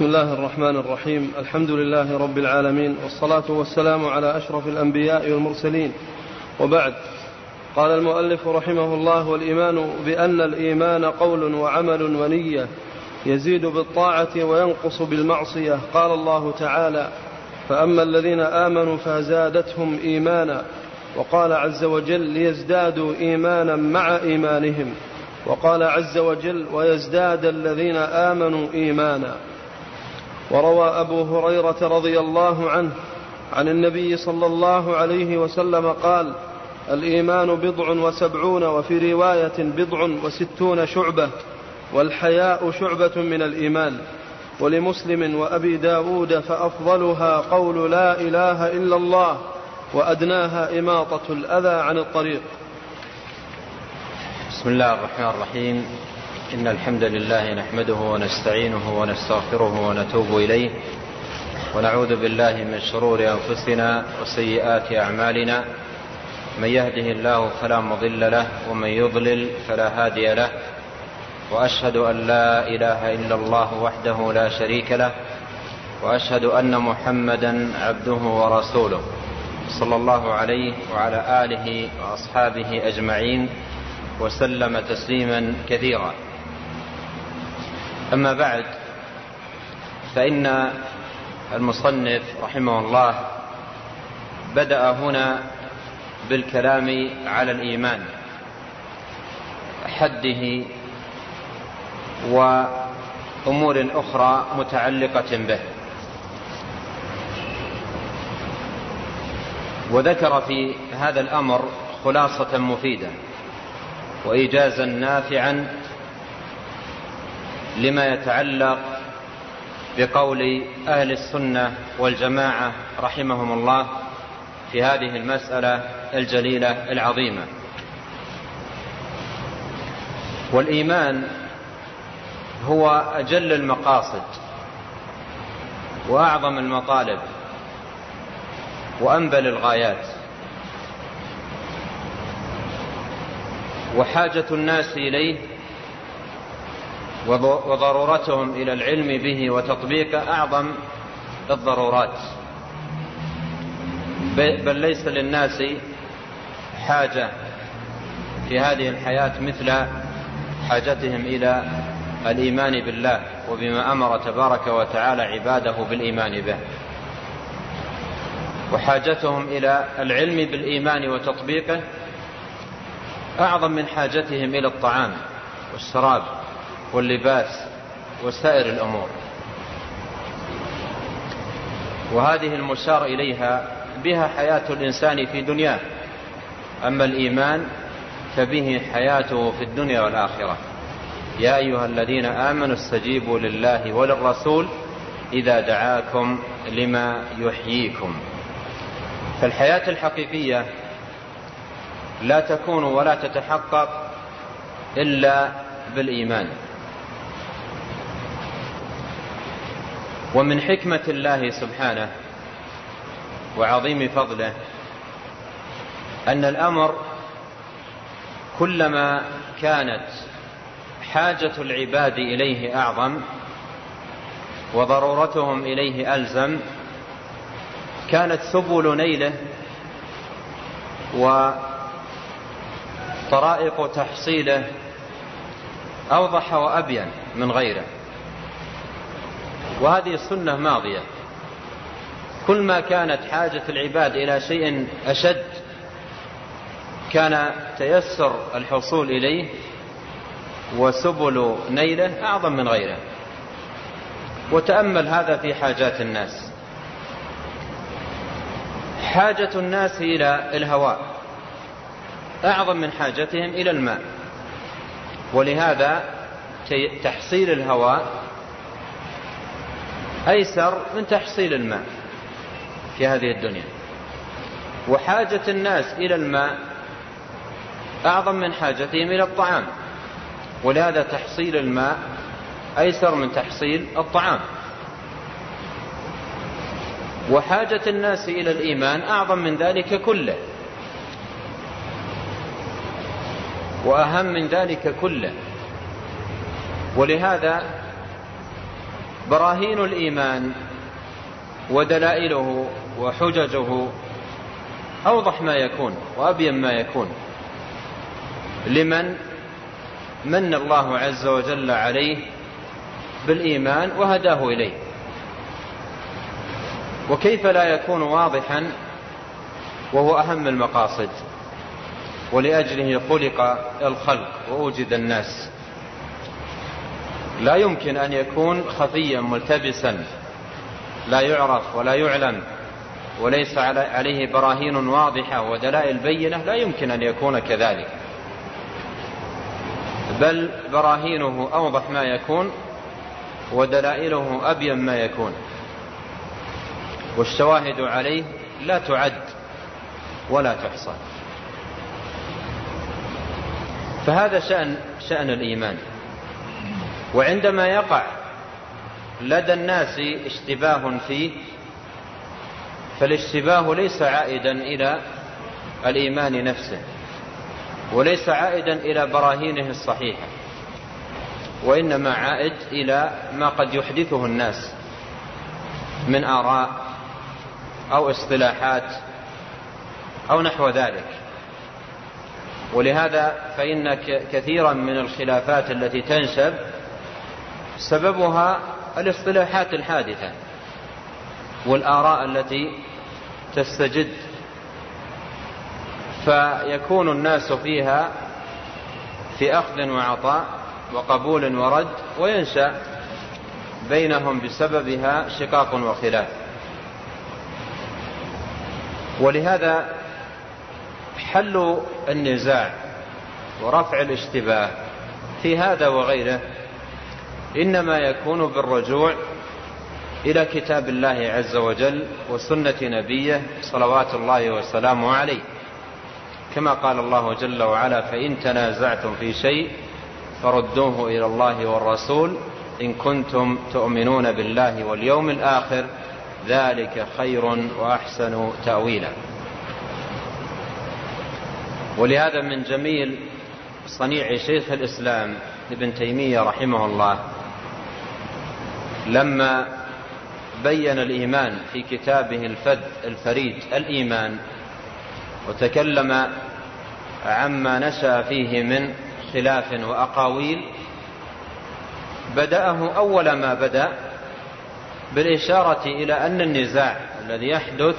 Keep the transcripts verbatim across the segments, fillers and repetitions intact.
بسم الله الرحمن الرحيم. الحمد لله رب العالمين، والصلاة والسلام على أشرف الأنبياء والمرسلين، وبعد. قال المؤلف رحمه الله: والإيمان بأن الإيمان قول وعمل ونية، يزيد بالطاعة وينقص بالمعصية. قال الله تعالى: فأما الذين آمنوا فزادتهم إيمانا. وقال عز وجل: ليزدادوا إيمانا مع إيمانهم. وقال عز وجل: ويزداد الذين آمنوا إيمانا. وروى أبو هريرة رضي الله عنه عن النبي صلى الله عليه وسلم قال: الإيمان بضع وسبعون، وفي رواية بضع وستون شعبة، والحياء شعبة من الإيمان. ولمسلم وأبي داود: فأفضلها قول لا إله إلا الله، وأدناها إماطة الأذى عن الطريق. بسم الله الرحمن الرحيم. إن الحمد لله نحمده ونستعينه ونستغفره ونتوب إليه، ونعوذ بالله من شرور أنفسنا وسيئات أعمالنا. من يهده الله فلا مضل له، ومن يضلل فلا هادي له. وأشهد أن لا إله إلا الله وحده لا شريك له، وأشهد أن محمدا عبده ورسوله، صلى الله عليه وعلى آله وأصحابه أجمعين، وسلم تسليما كثيرا. أما بعد، فإن المصنف رحمه الله بدأ هنا بالكلام على الإيمان، حده وأمور أخرى متعلقة به، وذكر في هذا الأمر خلاصة مفيدة وإيجازا نافعا لما يتعلق بقول أهل السنة والجماعة رحمهم الله في هذه المسألة الجليلة العظيمة. والإيمان هو أجل المقاصد وأعظم المطالب وأنبل الغايات، وحاجة الناس إليه وضرورتهم إلى العلم به وتطبيقه أعظم الضرورات، بل ليس للناس حاجة في هذه الحياة مثل حاجتهم إلى الإيمان بالله وبما أمر تبارك وتعالى عباده بالإيمان به، وحاجتهم إلى العلم بالإيمان وتطبيقه أعظم من حاجتهم إلى الطعام والشراب واللباس وسائر الأمور. وهذه المشار إليها بها حياة الإنسان في دنياه، أما الإيمان فبه حياته في الدنيا والآخرة. يا أيها الذين آمنوا استجيبوا لله وللرسول إذا دعاكم لما يحييكم. فالحياة الحقيقية لا تكون ولا تتحقق إلا بالإيمان. ومن حكمة الله سبحانه وعظيم فضله أن الأمر كلما كانت حاجة العباد إليه أعظم وضرورتهم إليه ألزم، كانت سبل نيله وطرائق تحصيله أوضح وأبين من غيره. وهذه السنة ماضية، كل ما كانت حاجة العباد إلى شيء أشد كان تيسر الحصول إليه وسبل نيله أعظم من غيره. وتأمل هذا في حاجات الناس. حاجة الناس إلى الهواء أعظم من حاجتهم إلى الماء، ولهذا تحصيل الهواء أيسر من تحصيل الماء في هذه الدنيا. وحاجة الناس إلى الماء أعظم من حاجتهم إلى الطعام، ولهذا تحصيل الماء أيسر من تحصيل الطعام. وحاجة الناس إلى الإيمان أعظم من ذلك كله وأهم من ذلك كله. ولهذا براهين الإيمان ودلائله وحججه أوضح ما يكون وأبين ما يكون لمن من الله عز وجل عليه بالإيمان وهداه إليه. وكيف لا يكون واضحا وهو أهم المقاصد ولأجله خلق الخلق وأوجد الناس؟ لا يمكن أن يكون خفيا ملتبسا لا يعرف ولا يعلم وليس عليه براهين واضحة ودلائل بينة، لا يمكن أن يكون كذلك، بل براهينه أوضح ما يكون ودلائله أبين ما يكون، والشواهد عليه لا تعد ولا تحصى. فهذا شأن شأن الإيمان. وعندما يقع لدى الناس اشتباه فيه فالاشتباه ليس عائدا إلى الإيمان نفسه وليس عائدا إلى براهينه الصحيحة، وإنما عائد إلى ما قد يحدثه الناس من آراء أو اصطلاحات أو نحو ذلك. ولهذا فإن كثيرا من الخلافات التي تنشب سببها الاصطلاحات الحادثة والآراء التي تستجد، فيكون الناس فيها في أخذ وعطاء وقبول ورد، وينشأ بينهم بسببها شقاق وخلاف. ولهذا حل النزاع ورفع الاشتباه في هذا وغيره إنما يكون بالرجوع إلى كتاب الله عز وجل وسنة نبيه صلوات الله وسلامه عليه، كما قال الله جل وعلا: فإن تنازعتم في شيء فردوه إلى الله والرسول إن كنتم تؤمنون بالله واليوم الآخر ذلك خير وأحسن تأويلا. ولهذا من جميل صنيع شيخ الإسلام ابن تيمية رحمه الله لما بين الإيمان في كتابه الفذ الفريد الإيمان، وتكلم عما نشأ فيه من خلاف وأقاويل، بدأه أول ما بدأ بالإشارة إلى أن النزاع الذي يحدث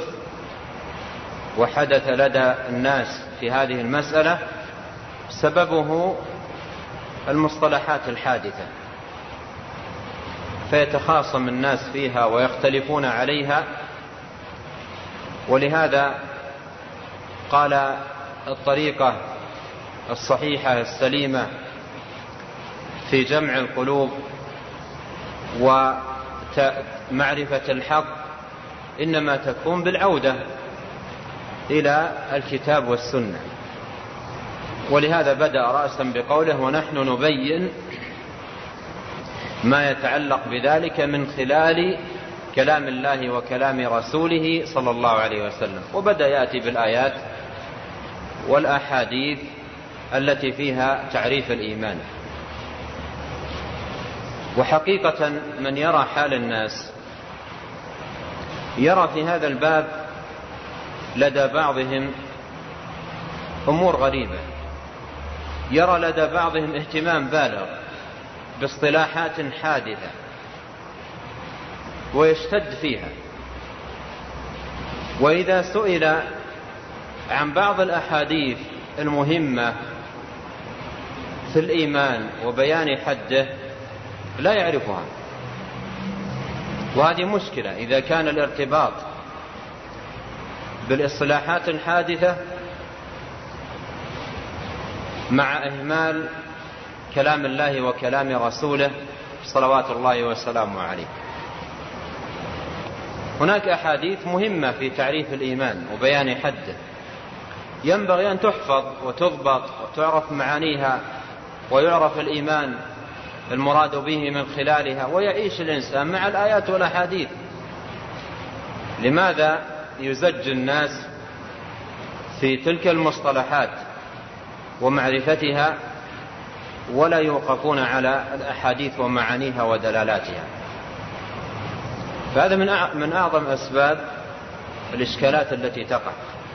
وحدث لدى الناس في هذه المسألة سببه المصطلحات الحادثة، فيتخاصم الناس فيها ويختلفون عليها. ولهذا قال الطريقة الصحيحة السليمة في جمع القلوب ومعرفة الحق إنما تكون بالعودة إلى الكتاب والسنة. ولهذا بدأ رأسا بقوله: ونحن نبين ما يتعلق بذلك من خلال كلام الله وكلام رسوله صلى الله عليه وسلم. وبدأ يأتي بالآيات والأحاديث التي فيها تعريف الإيمان. وحقيقة من يرى حال الناس يرى في هذا الباب لدى بعضهم أمور غريبة، يرى لدى بعضهم اهتمام بالغ باصطلاحات حادثة ويشتد فيها. وإذا سئل عن بعض الأحاديث المهمة في الإيمان وبيان حده لا يعرفها، وهذه مشكلة إذا كان الارتباط بالاصطلاحات الحادثة مع إهمال كلام الله وكلام رسوله صلوات الله وسلامه عليه. هناك أحاديث مهمة في تعريف الإيمان وبيان حده ينبغي أن تحفظ وتضبط وتعرف معانيها ويعرف الإيمان المراد به من خلالها، ويعيش الإنسان مع الآيات والأحاديث. لماذا يزج الناس في تلك المصطلحات ومعرفتها ولا يوقفون على الأحاديث ومعانيها ودلالاتها؟ فهذا من أعظم أسباب الإشكالات التي تقع.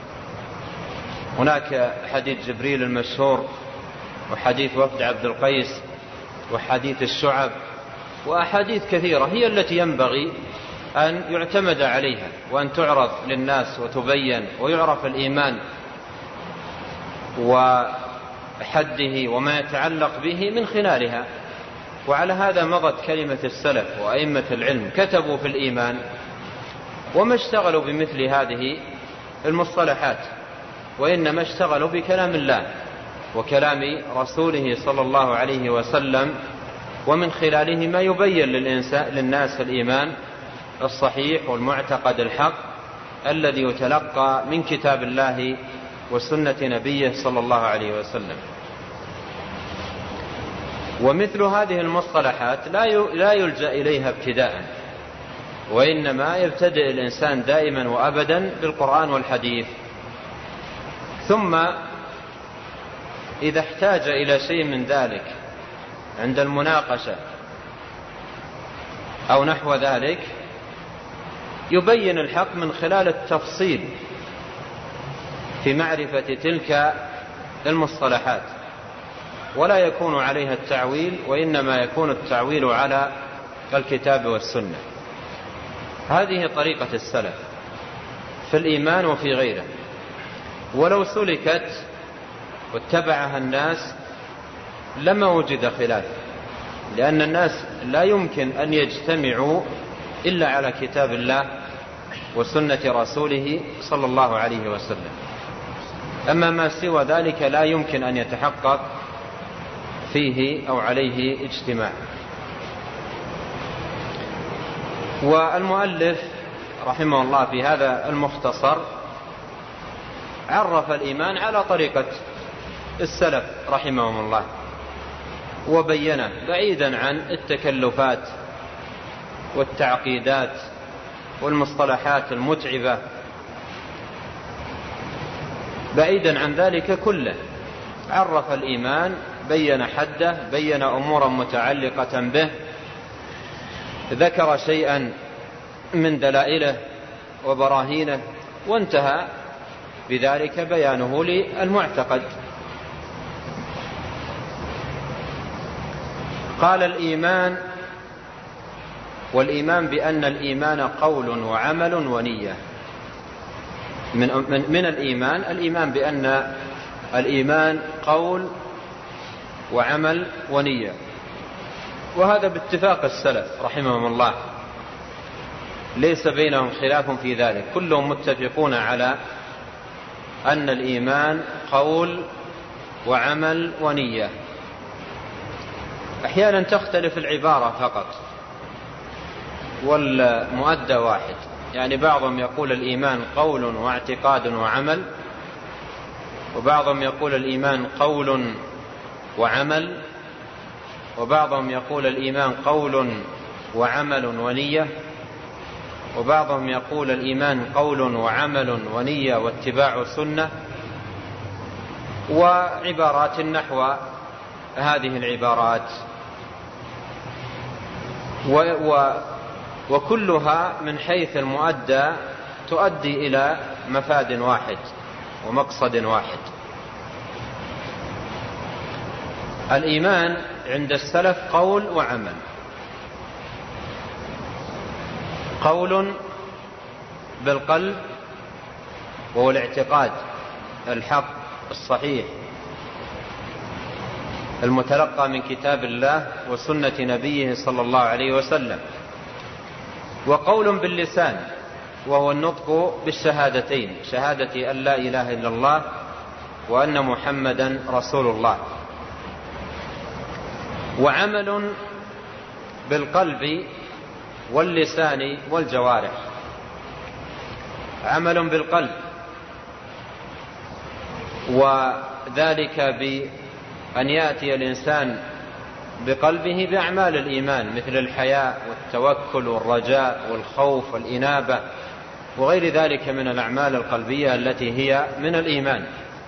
هناك حديث جبريل المشهور، وحديث وفد عبد القيس، وحديث الشعب، وأحاديث كثيرة هي التي ينبغي أن يعتمد عليها وأن تعرض للناس وتبين ويعرف الإيمان وحده وما يتعلق به من خلالها. وعلى هذا مضت كلمة السلف وأئمة العلم، كتبوا في الإيمان وما اشتغلوا بمثل هذه المصطلحات، وإنما اشتغلوا بكلام الله وكلام رسوله صلى الله عليه وسلم، ومن خلاله ما يبين للناس الإيمان الصحيح والمعتقد الحق الذي يتلقى من كتاب الله وسنة نبيه صلى الله عليه وسلم. ومثل هذه المصطلحات لا يلجأ إليها ابتداء، وإنما يبتدئ الإنسان دائما وأبدا بالقرآن والحديث، ثم إذا احتاج إلى شيء من ذلك عند المناقشة أو نحو ذلك يبين الحق من خلال التفصيل في معرفة تلك المصطلحات، ولا يكون عليها التعويل، وإنما يكون التعويل على الكتاب والسنة. هذه طريقة السلف في الإيمان وفي غيره، ولو سلكت واتبعها الناس لما وجد خلاف، لأن الناس لا يمكن أن يجتمعوا إلا على كتاب الله وسنة رسوله صلى الله عليه وسلم. أما ما سوى ذلك لا يمكن أن يتحقق فيه أو عليه اجتماع. والمؤلف رحمه الله في هذا المختصر عرف الإيمان على طريقة السلف رحمهم الله، وبينه بعيدا عن التكلفات والتعقيدات والمصطلحات المتعبة، بعيدا عن ذلك كله عرف الإيمان، بين حده، بين أمورا متعلقة به، ذكر شيئا من دلائله وبراهينه، وانتهى بذلك بيانه للمعتقد. قال الإيمان، والإيمان بأن الإيمان قول وعمل ونية. من, من, من الإيمان الإيمان بأن الإيمان قول وعمل ونية، وهذا باتفاق السلف رحمهم الله، ليس بينهم خلاف في ذلك، كلهم متفقون على أن الإيمان قول وعمل ونية. أحيانا تختلف العبارة فقط والمؤدى واحد، يعني بعضهم يقول الإيمان قول واعتقاد وعمل، وبعضهم يقول الإيمان قول وعمل، وبعضهم يقول الإيمان قول وعمل ونية، وبعضهم يقول الإيمان قول وعمل ونية واتباع سنة، وعبارات نحو هذه العبارات، و و وكلها من حيث المؤدى تؤدي إلى مفاد واحد ومقصد واحد. الإيمان عند السلف قول وعمل. قول بالقلب وهو الاعتقاد الحق الصحيح المتلقى من كتاب الله وسنة نبيه صلى الله عليه وسلم، وقول باللسان وهو النطق بالشهادتين، شهادة أن لا إله إلا الله وأن محمدا رسول الله. وعمل بالقلب واللسان والجوارح. عمل بالقلب، وذلك بأن يأتي الإنسان بقلبه بأعمال الإيمان مثل الحياء والتوكل والرجاء والخوف والإنابة وغير ذلك من الأعمال القلبية التي هي من الإيمان.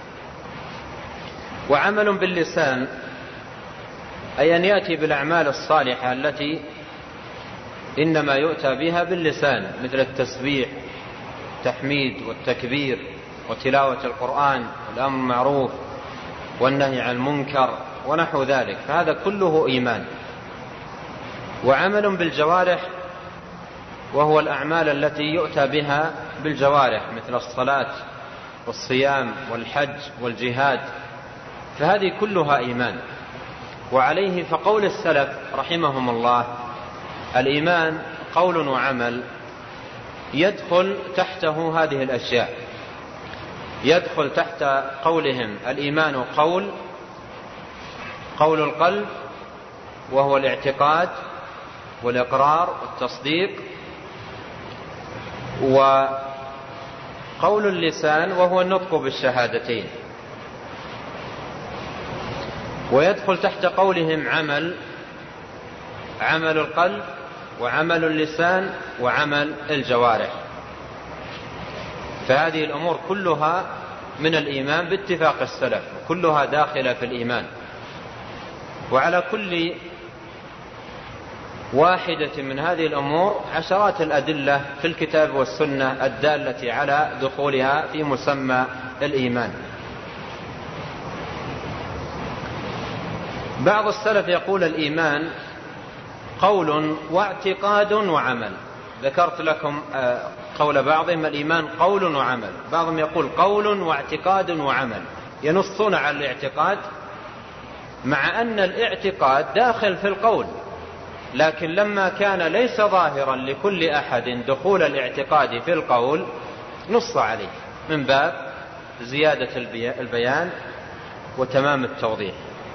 وعمل باللسان أي أن يأتي بالأعمال الصالحة التي إنما يؤتى بها باللسان، مثل التسبيح، التحميد والتكبير، وتلاوة القرآن، والأمر بالمعروف والنهي عن المنكر ونحو ذلك، فهذا كله إيمان. وعمل بالجوارح وهو الأعمال التي يؤتى بها بالجوارح، مثل الصلاة والصيام والحج والجهاد، فهذه كلها إيمان. وعليه فقول السلف رحمهم الله: الإيمان قول وعمل، يدخل تحته هذه الأشياء. يدخل تحت قولهم الإيمان قول، قول القلب وهو الاعتقاد والإقرار والتصديق، وقول اللسان وهو النطق بالشهادتين. ويدخل تحت قولهم عمل، عمل القلب وعمل اللسان وعمل الجوارح، فهذه الأمور كلها من الإيمان باتفاق السلف، كلها داخلة في الإيمان. وعلى كل واحدة من هذه الأمور عشرات الأدلة في الكتاب والسنة الدالة على دخولها في مسمى الإيمان. بعض السلف يقول الإيمان قول واعتقاد وعمل. ذكرت لكم قول بعضهم الإيمان قول وعمل، بعضهم يقول قول واعتقاد وعمل، ينصون على الاعتقاد، مع أن الاعتقاد داخل في القول، لكن لما كان ليس ظاهرا لكل أحد دخول الاعتقاد في القول نص عليه من باب زيادة البيان وتمام التوضيح.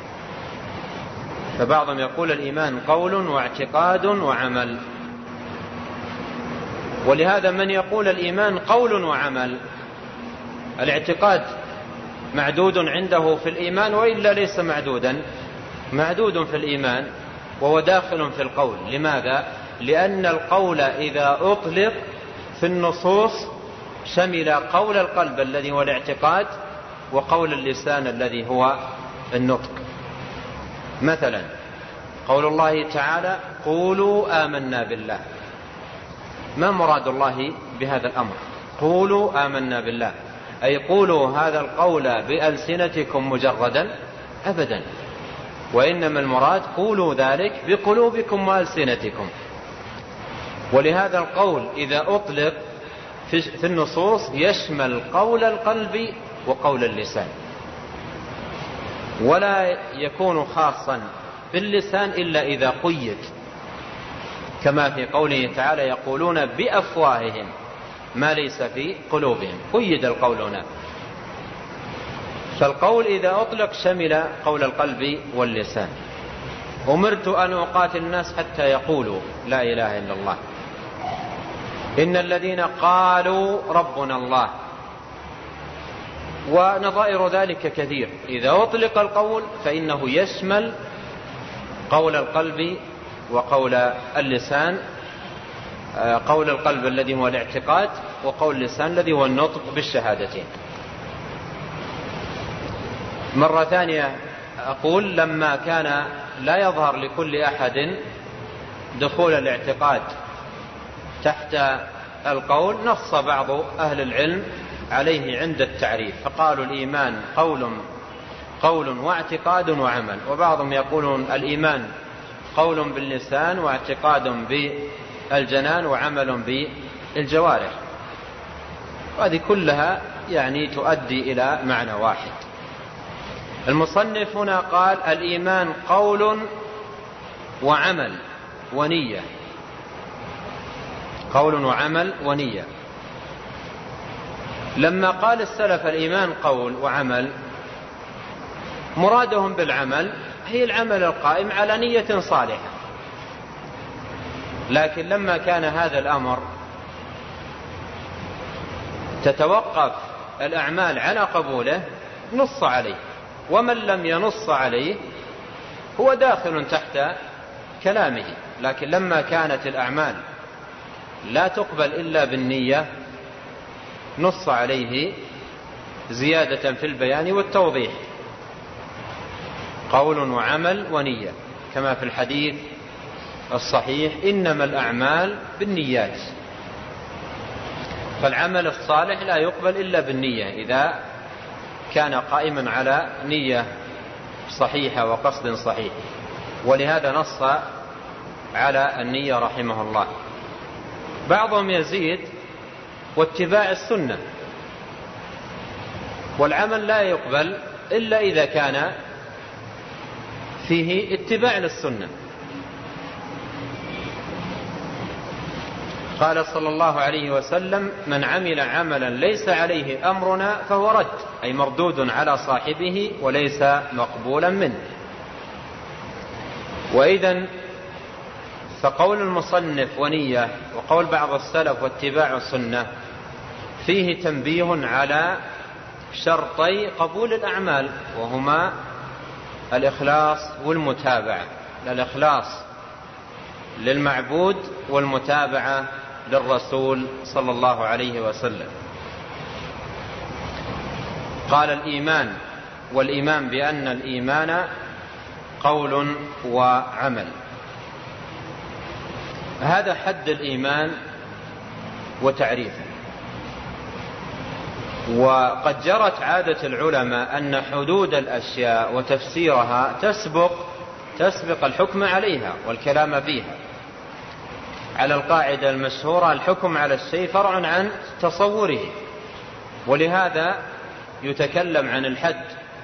فبعضهم يقول الإيمان قول واعتقاد وعمل. ولهذا من يقول الإيمان قول وعمل، الاعتقاد معدود عنده في الإيمان، وإلا ليس معدودا، معدود في الإيمان وهو داخل في القول. لماذا؟ لأن القول إذا أطلق في النصوص شمل قول القلب الذي هو الاعتقاد وقول اللسان الذي هو النطق. مثلا قول الله تعالى: قولوا آمنا بالله. ما مراد الله بهذا الأمر؟ قولوا آمنا بالله، أي قولوا هذا القول بألسنتكم مجردا؟ أبدا، وإنما المراد قولوا ذلك بقلوبكم وألسنتكم. ولهذا القول إذا أطلق في النصوص يشمل قول القلب وقول اللسان، ولا يكون خاصا باللسان إلا إذا قيد، كما في قوله تعالى: يقولون بأفواههم ما ليس في قلوبهم. قيد القول هنا. فالقول إذا أطلق شمل قول القلب واللسان. أمرت أن أقاتل الناس حتى يقولوا لا إله إلا الله. إن الذين قالوا ربنا الله. ونظائر ذلك كثير. إذا أطلق القول فإنه يشمل قول القلب وقول اللسان، قول القلب الذي هو الاعتقاد، وقول اللسان الذي هو النطق بالشهادتين. مرة ثانية أقول: لما كان لا يظهر لكل أحد دخول الاعتقاد تحت القول، نص بعض أهل العلم عليه عند التعريف، فقالوا الإيمان قول قول واعتقاد وعمل. وبعضهم يقولون الإيمان قول باللسان واعتقاد بالجنان وعمل بالجوارح. وهذه كلها يعني تؤدي إلى معنى واحد. المصنف هنا قال الإيمان قول وعمل ونية، قول وعمل ونية. لما قال السلف الإيمان قول وعمل، مرادهم بالعمل هي العمل القائم على نية صالحة. لكن لما كان هذا الأمر تتوقف الأعمال على قبوله نص عليه، ومن لم ينص عليه هو داخل تحت كلامه. لكن لما كانت الأعمال لا تقبل إلا بالنية نص عليه زيادة في البيان والتوضيح، قول وعمل ونية، كما في الحديث الصحيح إنما الأعمال بالنيات، فالعمل الصالح لا يقبل إلا بالنية إذا كان قائما على نية صحيحة وقصد صحيح. ولهذا نص على النية رحمه الله. بعضهم يزيد واتباع السنة، والعمل لا يقبل إلا إذا كان فيه اتباع للسنة. قال صلى الله عليه وسلم: من عمل عملا ليس عليه أمرنا فهو رد، أي مردود على صاحبه وليس مقبولا منه. وإذن فقول المصنف ونية وقول بعض السلف واتباع السنة فيه تنبيه على شرطي قبول الأعمال، وهما الإخلاص والمتابعة. الإخلاص للمعبود والمتابعة للرسول صلى الله عليه وسلم. قال: الإيمان، والإيمان بأن الإيمان قول وعمل. هذا حد الإيمان وتعريفه. وقد جرت عادة العلماء أن حدود الأشياء وتفسيرها تسبق تسبق الحكم عليها والكلام فيها، على القاعدة المشهورة: الحكم على الشيء فرع عن تصوره. ولهذا يتكلم عن الحد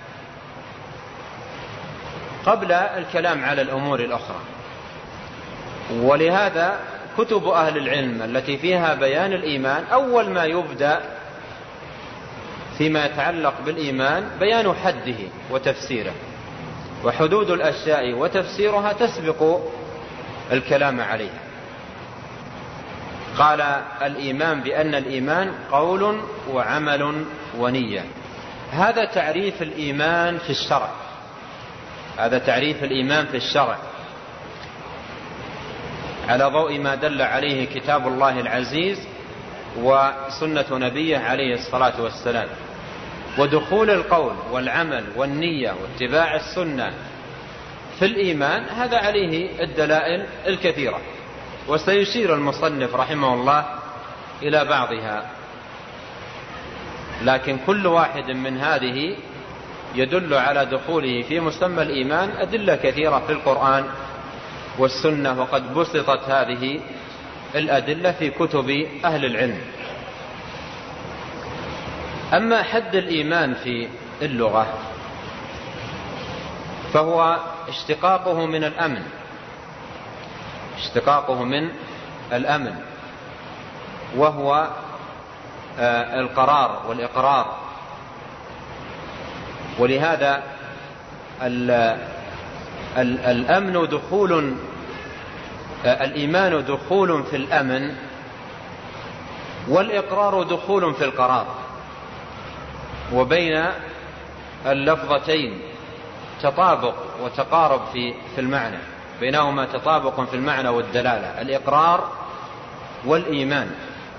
قبل الكلام على الأمور الأخرى. ولهذا كتب أهل العلم التي فيها بيان الإيمان أول ما يبدأ فيما يتعلق بالإيمان بيان حده وتفسيره، وحدود الأشياء وتفسيرها تسبق الكلام عليها. قال: الإيمان بأن الإيمان قول وعمل ونية. هذا تعريف الإيمان في الشرع، هذا تعريف الإيمان في الشرع على ضوء ما دل عليه كتاب الله العزيز وسنة نبيه عليه الصلاة والسلام. ودخول القول والعمل والنية واتباع السنة في الإيمان هذا عليه الدلائل الكثيرة، وسيشير المصنف رحمه الله إلى بعضها، لكن كل واحد من هذه يدل على دخوله في مسمى الإيمان أدلة كثيرة في القرآن والسنة، وقد بسطت هذه الأدلة في كتب أهل العلم. أما حد الإيمان في اللغة فهو اشتقاقه من الأمن، اشتقاقه من الأمن وهو القرار والإقرار. ولهذا الأمن دخول، الإيمان دخول في الأمن، والإقرار دخول في القرار، وبين اللفظتين تطابق وتقارب في في المعنى، بينهما تطابق في المعنى والدلالة، الإقرار والإيمان.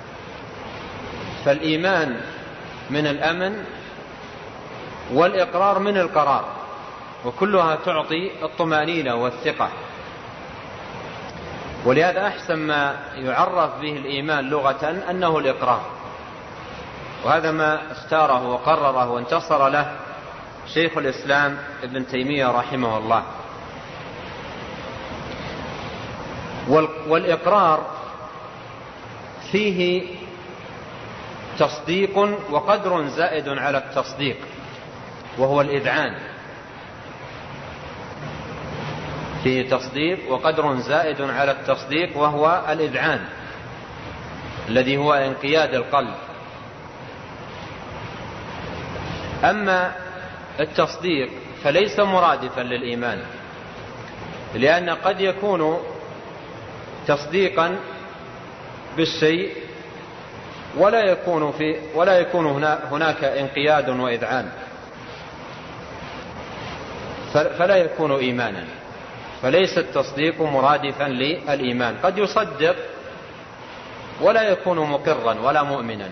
فالإيمان من الأمن والإقرار من القرار، وكلها تعطي الطمأنينة والثقة. ولهذا أحسن ما يعرف به الإيمان لغة أنه الإقرار، وهذا ما اختاره وقرره وانتصر له شيخ الإسلام ابن تيمية رحمه الله. والإقرار فيه تصديق وقدر زائد على التصديق، وهو الإذعان. فيه تصديق وقدر زائد على التصديق وهو الإذعان، الذي هو انقياد القلب. أما التصديق فليس مرادفا للإيمان، لأن قد يكون تصديقا بالشيء ولا يكون في ولا يكون هناك انقياد وإذعان، فلا يكون إيمانا. فليس التصديق مرادفا للإيمان، قد يصدق ولا يكون مقرا ولا مؤمنا،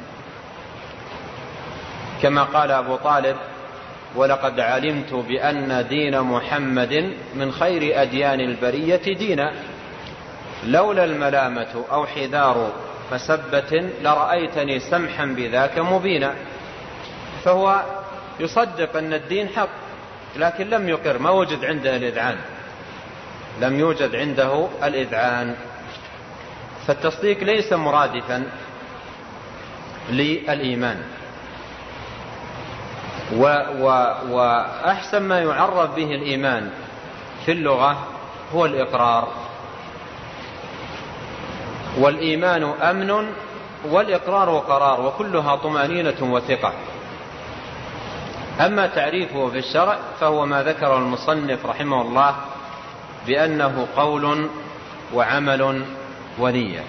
كما قال أبو طالب: ولقد علمت بأن دين محمد من خير أديان البرية دينا. لولا الملامة أو حذار مسبة لرأيتني سمحا بذاك مبينا. فهو يصدق أن الدين حق، لكن لم يقر، ما وجد عنده الإذعان، لم يوجد عنده الإذعان. فالتصديق ليس مرادفا للإيمان. و و وأحسن ما يعرف به الإيمان في اللغة هو الإقرار، والإيمان أمن والإقرار قرار، وكلها طمأنينة وثقة. أما تعريفه في الشرع فهو ما ذكره المصنف رحمه الله بأنه قول وعمل ونية.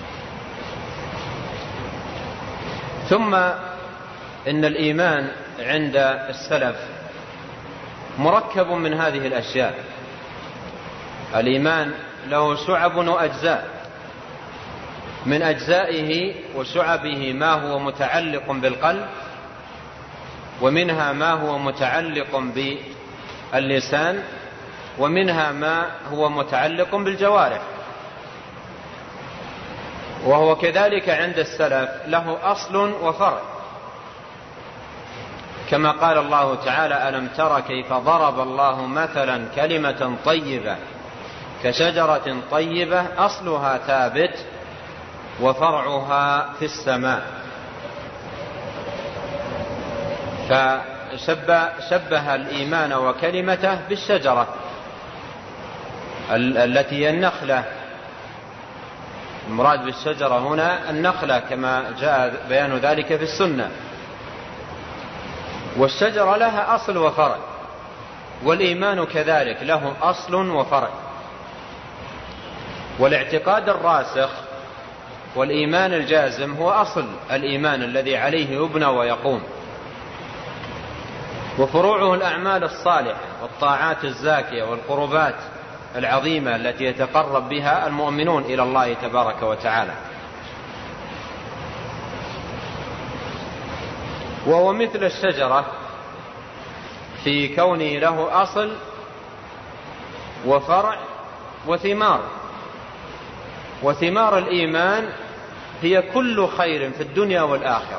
ثم إن الإيمان عند السلف مركب من هذه الأشياء. الإيمان له شعب وأجزاء، من أجزائه وشعبه ما هو متعلق بالقلب، ومنها ما هو متعلق باللسان، ومنها ما هو متعلق بالجوارح. وهو كذلك عند السلف له أصل وفرع، كما قال الله تعالى: ألم تر كيف ضرب الله مثلا كلمة طيبة كشجرة طيبة أصلها ثابت وفرعها في السماء. فشبه الإيمان وكلمته بالشجرة التي هي النخلة. المراد بالشجرة هنا النخلة كما جاء بيان ذلك في السنة. والشجرة لها أصل وفرع، والإيمان كذلك له أصل وفرع. والاعتقاد الراسخ والإيمان الجازم هو أصل الإيمان الذي عليه يبنى ويقوم، وفروعه الأعمال الصالحة والطاعات الزاكية والقربات العظيمة التي يتقرب بها المؤمنون إلى الله تبارك وتعالى. وهو مثل الشجرة في كونه له أصل وفرع وثمار. وثمار الإيمان هي كل خير في الدنيا والآخرة،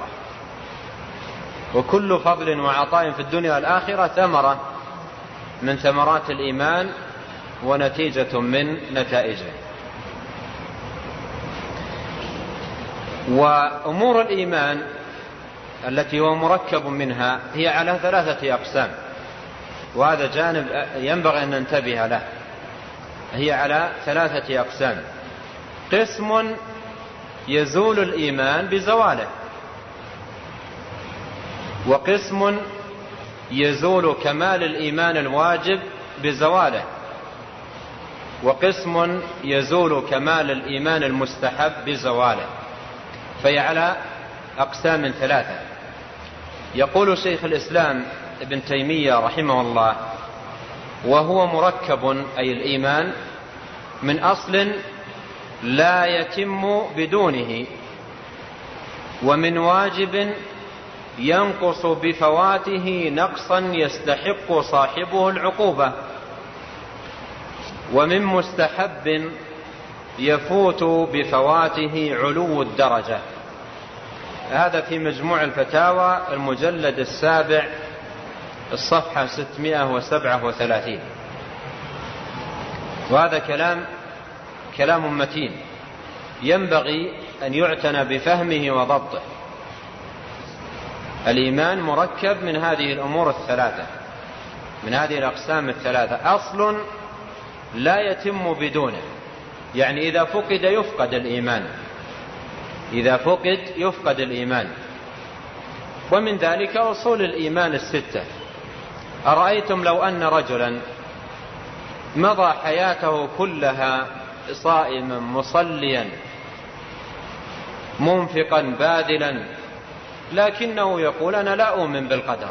وكل فضل وعطاء في الدنيا والآخرة ثمرة من ثمرات الإيمان ونتيجة من نتائجه. وأمور الإيمان التي هو مركب منها هي على ثلاثة أقسام، وهذا جانب ينبغي أن ننتبه له. هي على ثلاثة أقسام: قسم يزول الإيمان بزواله، وقسم يزول كمال الإيمان الواجب بزواله، وقسم يزول كمال الإيمان المستحب بزواله. فهي على أقسام ثلاثة. يقول شيخ الإسلام ابن تيمية رحمه الله: وهو مركب، أي الإيمان، من أصل لا يتم بدونه، ومن واجب ينقص بفواته نقصا يستحق صاحبه العقوبة، ومن مستحب يفوت بفواته علو الدرجة. هذا في مجموع الفتاوى المجلد السابع الصفحة ستمائة وسبعة وثلاثين. وهذا كلام كلام متين ينبغي أن يعتنى بفهمه وضبطه. الإيمان مركب من هذه الأمور الثلاثة، من هذه الأقسام الثلاثة. أصل لا يتم بدونه، يعني إذا فقد يفقد الإيمان، إذا فقد يفقد الإيمان. ومن ذلك أصول الإيمان الستة. أرأيتم لو أن رجلا مضى حياته كلها صائما مصليا منفقا باذلا، لكنه يقول: أنا لا أؤمن بالقدر،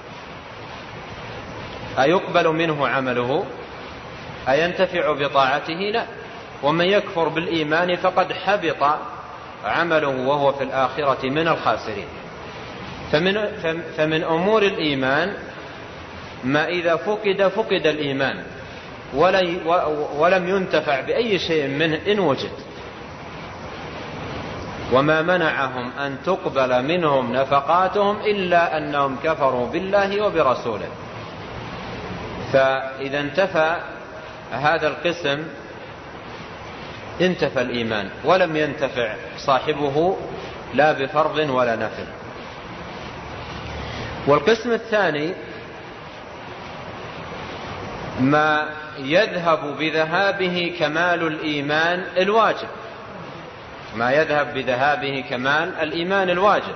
أيقبل منه عمله؟ أينتفع بطاعته؟ لا. ومن يكفر بالإيمان فقد حبط عمله وهو في الآخرة من الخاسرين. فمن, فمن أمور الإيمان ما إذا فقد فقد الإيمان، ولم ينتفع بأي شيء منه إن وجد. وما منعهم أن تقبل منهم نفقاتهم إلا أنهم كفروا بالله وبرسوله. فإذا انتفى هذا القسم انتفى الإيمان، ولم ينتفع صاحبه لا بفرض ولا نفل. والقسم الثاني ما يذهب بذهابه كمال الإيمان الواجب، ما يذهب بذهابه كمال الإيمان الواجب،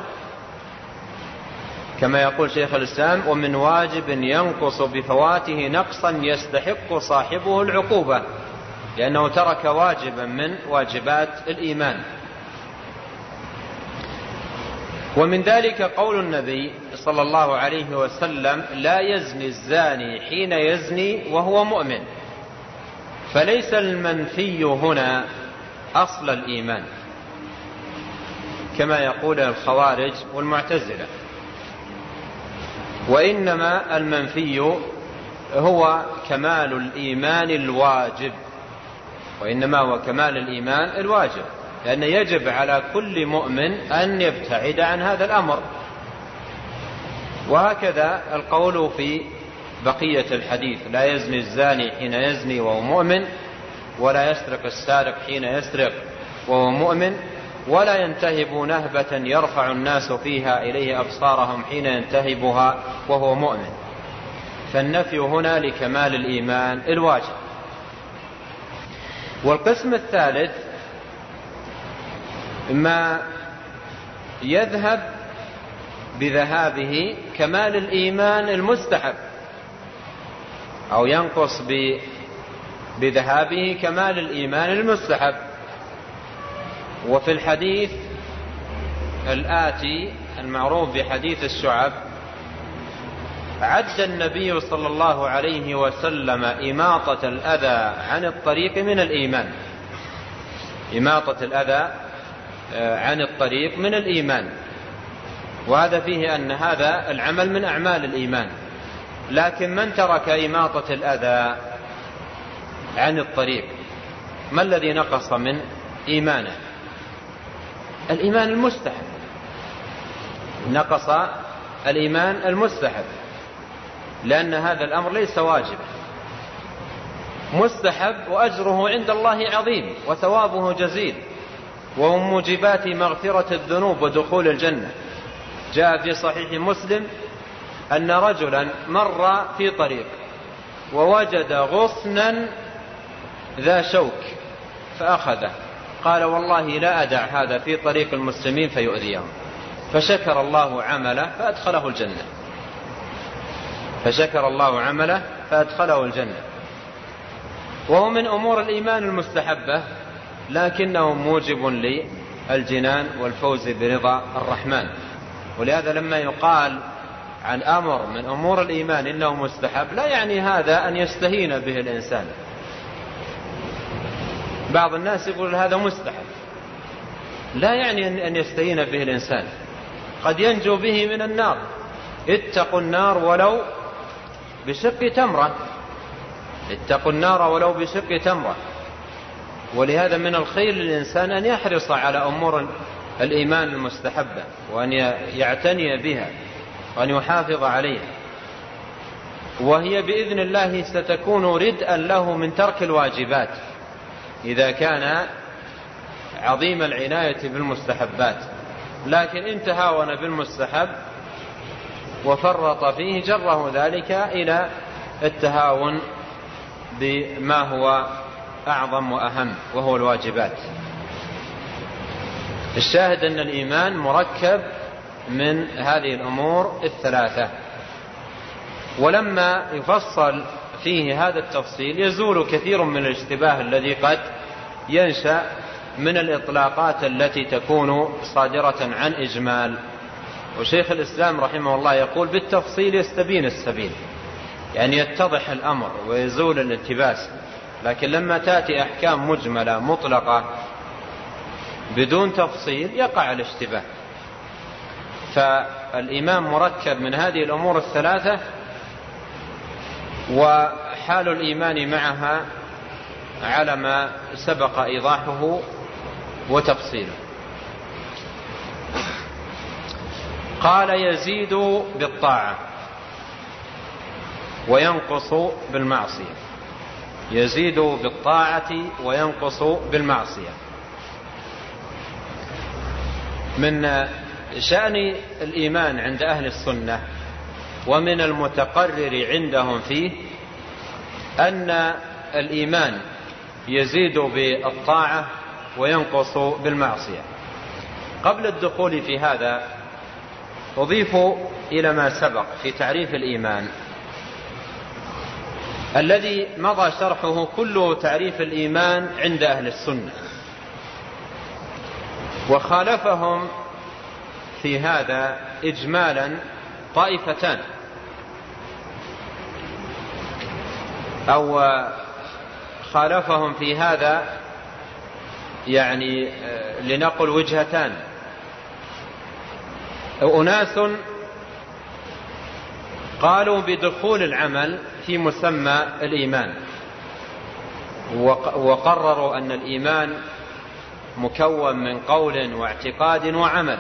كما يقول شيخ الإسلام: ومن واجب ينقص بفواته نقصا يستحق صاحبه العقوبة، لأنه ترك واجبا من واجبات الإيمان. ومن ذلك قول النبي صلى الله عليه وسلم: لا يزني الزاني حين يزني وهو مؤمن. فليس المنفي هنا أصل الإيمان كما يقول الخوارج والمعتزلة، وإنما المنفي هو كمال الإيمان الواجب، وإنما هو كمال الإيمان الواجب، لأن يجب على كل مؤمن أن يبتعد عن هذا الأمر. وهكذا القول في بقية الحديث: لا يزني الزاني حين يزني وهو مؤمن، ولا يسرق السارق حين يسرق وهو مؤمن، ولا ينتهب نهبة يرفع الناس فيها إليه أبصارهم حين ينتهبها وهو مؤمن. فالنفي هنا لكمال الإيمان الواجب. والقسم الثالث ما يذهب بذهابه كمال الإيمان المستحب، أو ينقص بذهابه كمال الإيمان المستحب. وفي الحديث الآتي المعروف بحديث الشعب عد النبي صلى الله عليه وسلم إماطة الأذى عن الطريق من الإيمان، إماطة الأذى عن الطريق من الإيمان. وهذا فيه أن هذا العمل من أعمال الإيمان. لكن من ترك إماطة الأذى عن الطريق ما الذي نقص من إيمانه؟ الإيمان المستحب، نقص الإيمان المستحب، لأن هذا الأمر ليس واجب، مستحب، وأجره عند الله عظيم وثوابه جزيل، وهو موجبات مغفرة الذنوب ودخول الجنة. جاء في صحيح مسلم أن رجلا مر في طريق ووجد غصنا ذا شوك فأخذه، قال: والله لا أدع هذا في طريق المسلمين فيؤذيهم. فشكر الله عمله فأدخله الجنة، فشكر الله عمله فأدخله الجنة. وهو من أمور الإيمان المستحبة، لكنه موجب للجنان والفوز برضا الرحمن. ولهذا لما يقال عن أمر من أمور الإيمان إنه مستحب، لا يعني هذا أن يستهين به الإنسان. بعض الناس يقول هذا مستحب، لا يعني أن يستهين به الإنسان، قد ينجو به من النار. اتقوا النار ولو بشق تمرة، اتقوا النار ولو بشق تمرة. ولهذا من الخير للإنسان أن يحرص على أمور الإيمان المستحبة، وأن يعتني بها، وأن يحافظ عليها، وهي بإذن الله ستكون ردءا له من ترك الواجبات إذا كان عظيم العناية بالمستحبات. لكن إن تهاون بالمستحب وفرط فيه جره ذلك إلى التهاون بما هو أعظم وأهم، وهو الواجبات. الشاهد أن الإيمان مركب من هذه الأمور الثلاثة. ولما يفصل فيه هذا التفصيل يزول كثير من الاشتباه الذي قد ينشأ من الإطلاقات التي تكون صادرة عن إجمال. وشيخ الإسلام رحمه الله يقول: بالتفصيل يستبين السبيل، يعني يتضح الأمر ويزول الالتباس. لكن لما تأتي أحكام مجملة مطلقة بدون تفصيل يقع الاشتباه. فالإيمان مركب من هذه الأمور الثلاثة، وحال الإيمان معها على ما سبق إيضاحه وتفصيله. قال يزيد بالطاعة وينقص بالمعصية. يزيد بالطاعة وينقص بالمعصية. من شأن الإيمان عند أهل السنة ومن المتقرر عندهم فيه أن الإيمان يزيد بالطاعة وينقص بالمعصية. قبل الدخول في هذا أضيف إلى ما سبق في تعريف الإيمان الذي مضى شرحه كله تعريف الإيمان عند أهل السنة، وخالفهم في هذا إجمالا طائفتان، أو خالفهم في هذا يعني لنقل وجهتان. أناس قالوا بدخول العمل في مسمى الإيمان، وقرروا أن الإيمان مكون من قول واعتقاد وعمل،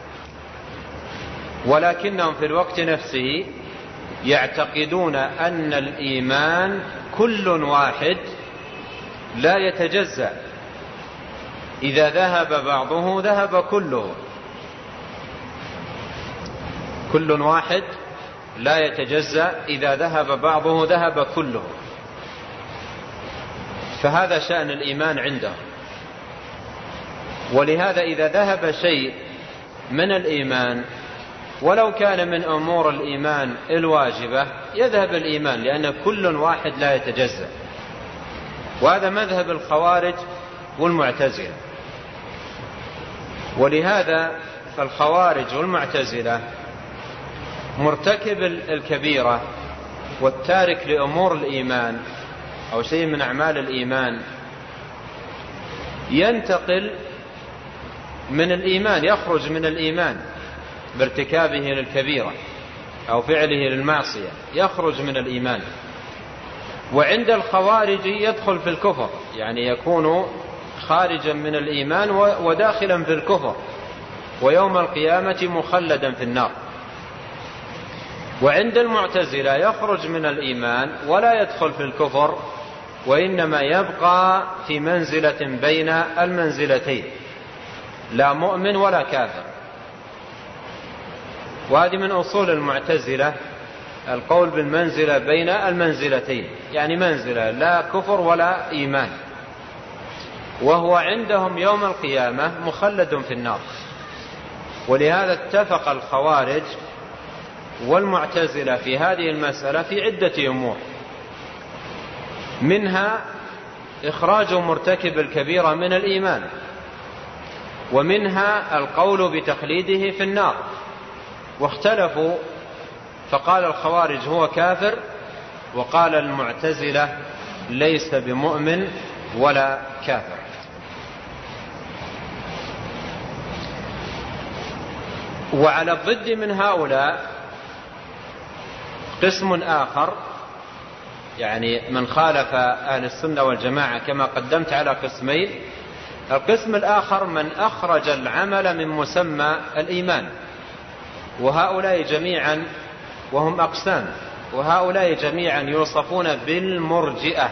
ولكنهم في الوقت نفسه يعتقدون أن الإيمان كل واحد لا يتجزأ، إذا ذهب بعضه ذهب كله. كل واحد لا يتجزأ، إذا ذهب بعضه ذهب كله. فهذا شأن الإيمان عندهم. ولهذا إذا ذهب شيء من الإيمان ولو كان من أمور الإيمان الواجبة يذهب الإيمان، لأن كل واحد لا يتجزأ. وهذا مذهب الخوارج والمعتزلة. ولهذا فالخوارج والمعتزلة مرتكب الكبيرة والتارك لأمور الإيمان أو شيء من أعمال الإيمان ينتقل من الإيمان، يخرج من الإيمان بارتكابه للكبيرة أو فعله للمعصية، يخرج من الإيمان. وعند الخوارج يدخل في الكفر، يعني يكون خارجا من الإيمان وداخلا في الكفر، ويوم القيامة مخلدا في النار. وعند المعتزلة يخرج من الإيمان ولا يدخل في الكفر، وإنما يبقى في منزلة بين المنزلتين، لا مؤمن ولا كافر. وهذه من أصول المعتزلة القول بالمنزلة بين المنزلتين، يعني منزلة لا كفر ولا إيمان، وهو عندهم يوم القيامة مخلد في النار. ولهذا اتفق الخوارج والمعتزلة في هذه المسألة في عدة أمور، منها إخراج مرتكب الكبيرة من الإيمان، ومنها القول بتخليده في النار. واختلفوا، فقال الخوارج هو كافر، وقال المعتزلة ليس بمؤمن ولا كافر. وعلى الضد من هؤلاء قسم آخر، يعني من خالف أهل السنة والجماعة كما قدمت على قسمين. القسم الآخر من أخرج العمل من مسمى الإيمان، وهؤلاء جميعا وهم أقسام، وهؤلاء جميعا يوصفون بالمرجئة،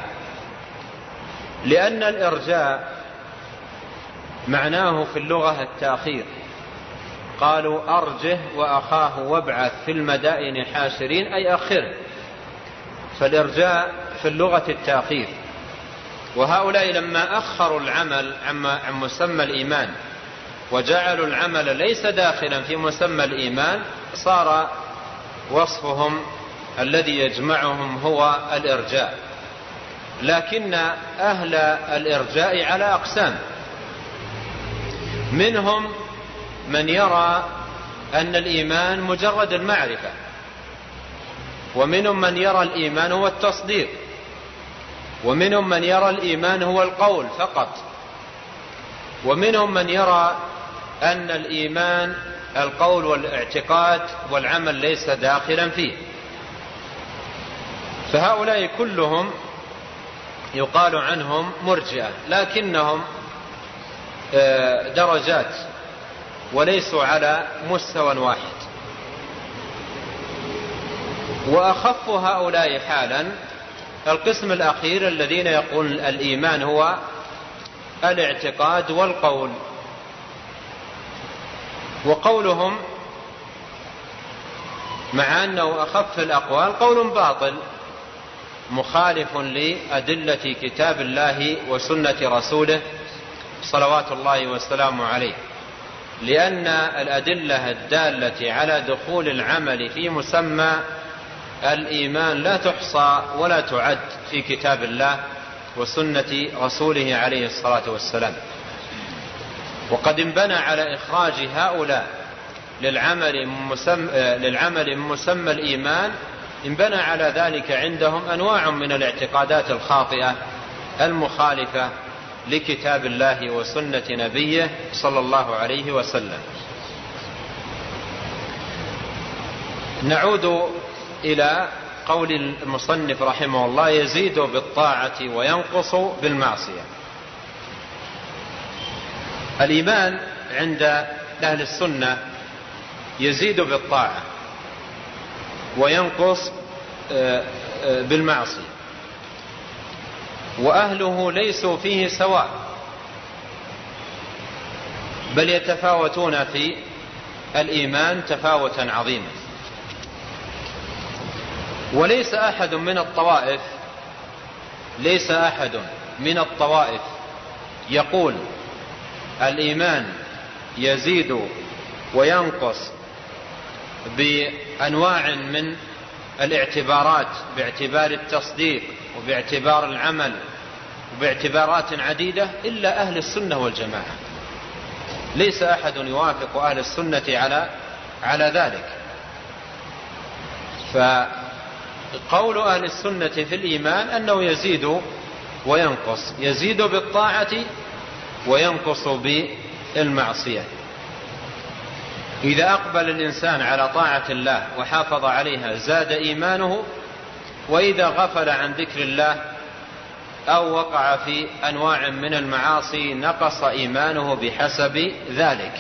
لأن الإرجاء معناه في اللغة التأخير. قالوا أرجه وأخاه وابعث في المدائن حاشرين، أي أخره. فالإرجاء في اللغة التأخير. وهؤلاء لما أخروا العمل عن مسمى الإيمان وجعلوا العمل ليس داخلا في مسمى الإيمان، صار وصفهم الذي يجمعهم هو الإرجاء. لكن أهل الإرجاء على أقسام، منهم من يرى أن الإيمان مجرد المعرفة، ومنهم من يرى الإيمان هو التصديق، ومنهم من يرى الإيمان هو القول فقط، ومنهم من يرى أن الإيمان القول والاعتقاد والعمل ليس داخلا فيه. فهؤلاء كلهم يقال عنهم مرجئة، لكنهم درجات وليسوا على مستوى واحد. وأخف هؤلاء حالا القسم الأخير الذين يقول الإيمان هو الاعتقاد والقول. وقولهم مع أنه أخف الأقوال قول باطل مخالف لأدلة كتاب الله وسنة رسوله صلوات الله والسلام عليه، لأن الأدلة الدالة على دخول العمل في مسمى الإيمان لا تحصى ولا تعد في كتاب الله وسنة رسوله عليه الصلاة والسلام. وقد انبنى على إخراج هؤلاء للعمل مسمى, للعمل مسمى الإيمان، انبنى على ذلك عندهم أنواع من الاعتقادات الخاطئة المخالفة لكتاب الله وسنة نبيه صلى الله عليه وسلم. نعود إلى قول المصنف رحمه الله: يزيد بالطاعة وينقص بالمعصية. الإيمان عند أهل السنة يزيد بالطاعة وينقص بالمعصية، وأهله ليسوا فيه سواء، بل يتفاوتون في الإيمان تفاوتا عظيما. وليس أحد من الطوائف ليس أحد من الطوائف يقول الإيمان يزيد وينقص بأنواع من الاعتبارات، باعتبار التصديق وباعتبار العمل وباعتبارات عديدة، إلا أهل السنة والجماعة. ليس أحد يوافق أهل السنة على على ذلك. فقول أهل السنة في الإيمان أنه يزيد وينقص، يزيد بالطاعة وينقص بالمعصية. إذا أقبل الإنسان على طاعة الله وحافظ عليها زاد إيمانه، وإذا غفل عن ذكر الله أو وقع في أنواع من المعاصي نقص إيمانه بحسب ذلك.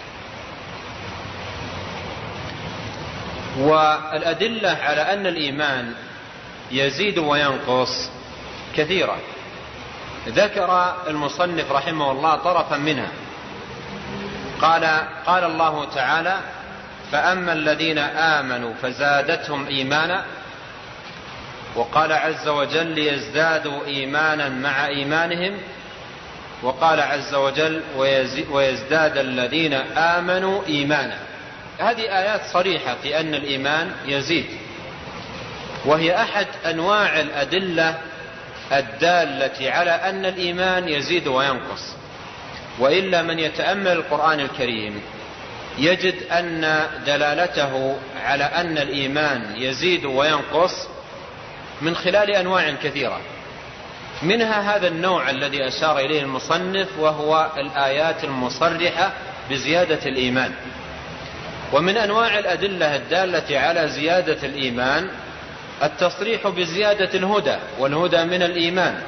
والأدلة على أن الإيمان يزيد وينقص كثيرة. ذكر المصنف رحمه الله طرفا منها. قال قال الله تعالى: فأما الذين آمنوا فزادتهم إيمانا. وقال عز وجل: ليزدادوا إيمانا مع إيمانهم. وقال عز وجل: ويزداد الذين آمنوا إيمانا. هذه آيات صريحة في أن الإيمان يزيد، وهي أحد أنواع الأدلة الدالة على أن الإيمان يزيد وينقص. وإلا من يتأمل القرآن الكريم يجد أن دلالته على أن الإيمان يزيد وينقص من خلال أنواع كثيرة، منها هذا النوع الذي أشار إليه المصنف، وهو الآيات المصرحة بزيادة الإيمان. ومن أنواع الأدلة الدالة على زيادة الإيمان التصريح بزيادة الهدى، والهدى من الإيمان.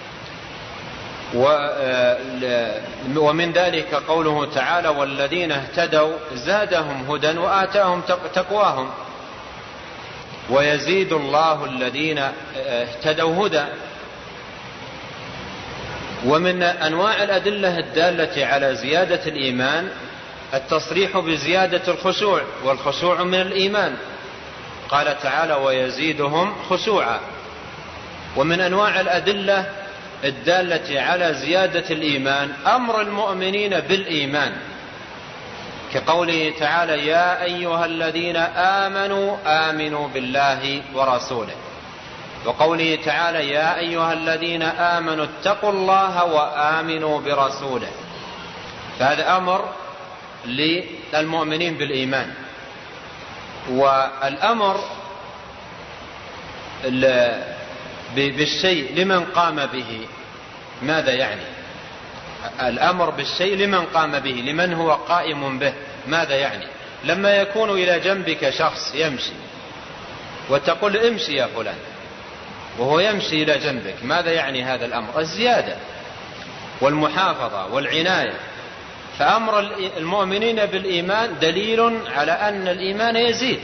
ومن ذلك قوله تعالى: والذين اهتدوا زادهم هدى وآتاهم تقواهم. ويزيد الله الذين اهتدوا هدى. ومن أنواع الأدلة الدالة على زيادة الإيمان التصريح بزيادة الخشوع، والخشوع من الإيمان. قال تعالى: ويزيدهم خشوعا. ومن أنواع الأدلة الدالة على زيادة الإيمان أمر المؤمنين بالإيمان، كقوله تعالى: يا أيها الذين آمنوا آمنوا بالله ورسوله. وقوله تعالى: يا أيها الذين آمنوا اتقوا الله وآمنوا برسوله. فهذا أمر للمؤمنين بالإيمان. والأمر بالشيء لمن قام به ماذا يعني؟ الأمر بالشيء لمن قام به، لمن هو قائم به ماذا يعني؟ لما يكون إلى جنبك شخص يمشي وتقول: امشي يا فلان، وهو يمشي إلى جنبك. ماذا يعني هذا الأمر؟ الزيادة والمحافظة والعناية. فأمر المؤمنين بالإيمان دليل على أن الإيمان يزيد،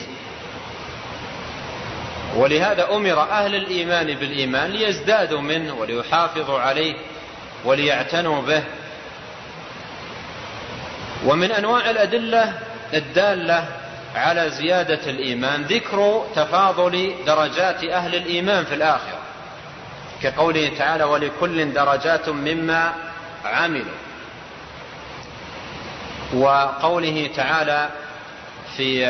ولهذا أمر أهل الإيمان بالإيمان ليزدادوا منه وليحافظوا عليه وليعتنوا به. ومن أنواع الأدلة الدالة على زيادة الإيمان ذكر تفاضل درجات أهل الإيمان في الآخرة، كقوله تعالى: ولكل درجات مما عملوا. وقوله تعالى في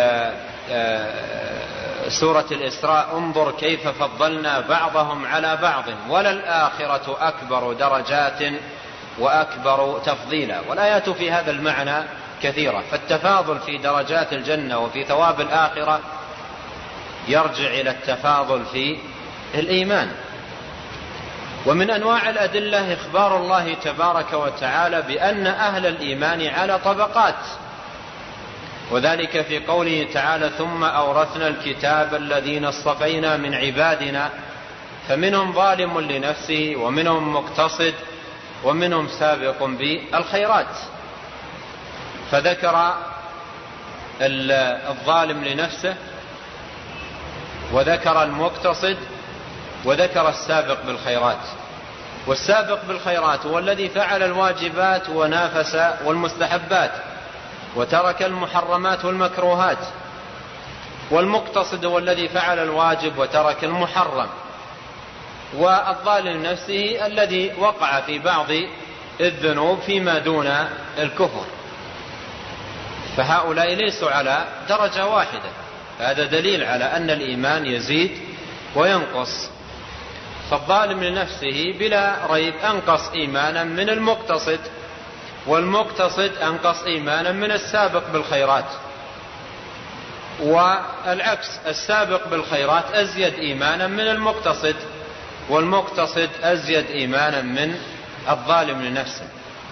سورة الإسراء: انظر كيف فضلنا بعضهم على بعض وللآخرة أكبر درجات وأكبر تفضيلا. والآيات في هذا المعنى كثيرة. فالتفاضل في درجات الجنة وفي ثواب الآخرة يرجع إلى التفاضل في الإيمان. ومن أنواع الأدلة إخبار الله تبارك وتعالى بأن أهل الإيمان على طبقات، وذلك في قوله تعالى: ثم أورثنا الكتاب الذين اصطفينا من عبادنا فمنهم ظالم لنفسه ومنهم مقتصد ومنهم سابق بالخيرات. فذكر الظالم لنفسه وذكر المقتصد وذكر السابق بالخيرات. والسابق بالخيرات هو الذي فعل الواجبات ونافس والمستحبات وترك المحرمات والمكروهات، والمقتصد هو الذي فعل الواجب وترك المحرم، والظالم نفسه الذي وقع في بعض الذنوب فيما دون الكفر. فهؤلاء ليسوا على درجة واحدة. هذا دليل على أن الإيمان يزيد وينقص. فالظالم لنفسه بلا ريب أنقص إيمانا من المقتصد، والمقتصد أنقص إيمانا من السابق بالخيرات، والعكس: السابق بالخيرات أزيد إيمانا من المقتصد، والمقتصد أزيد إيمانا من الظالم لنفسه.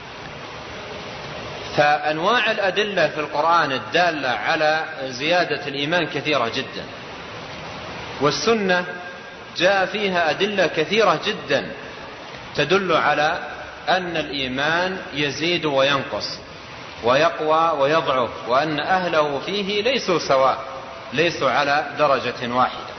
فأنواع الأدلة في القرآن الدالة على زيادة الإيمان كثيرة جدا، والسنة جاء فيها أدلة كثيرة جدا تدل على أن الإيمان يزيد وينقص ويقوى ويضعف، وأن أهله فيه ليسوا سواء، ليسوا على درجة واحدة.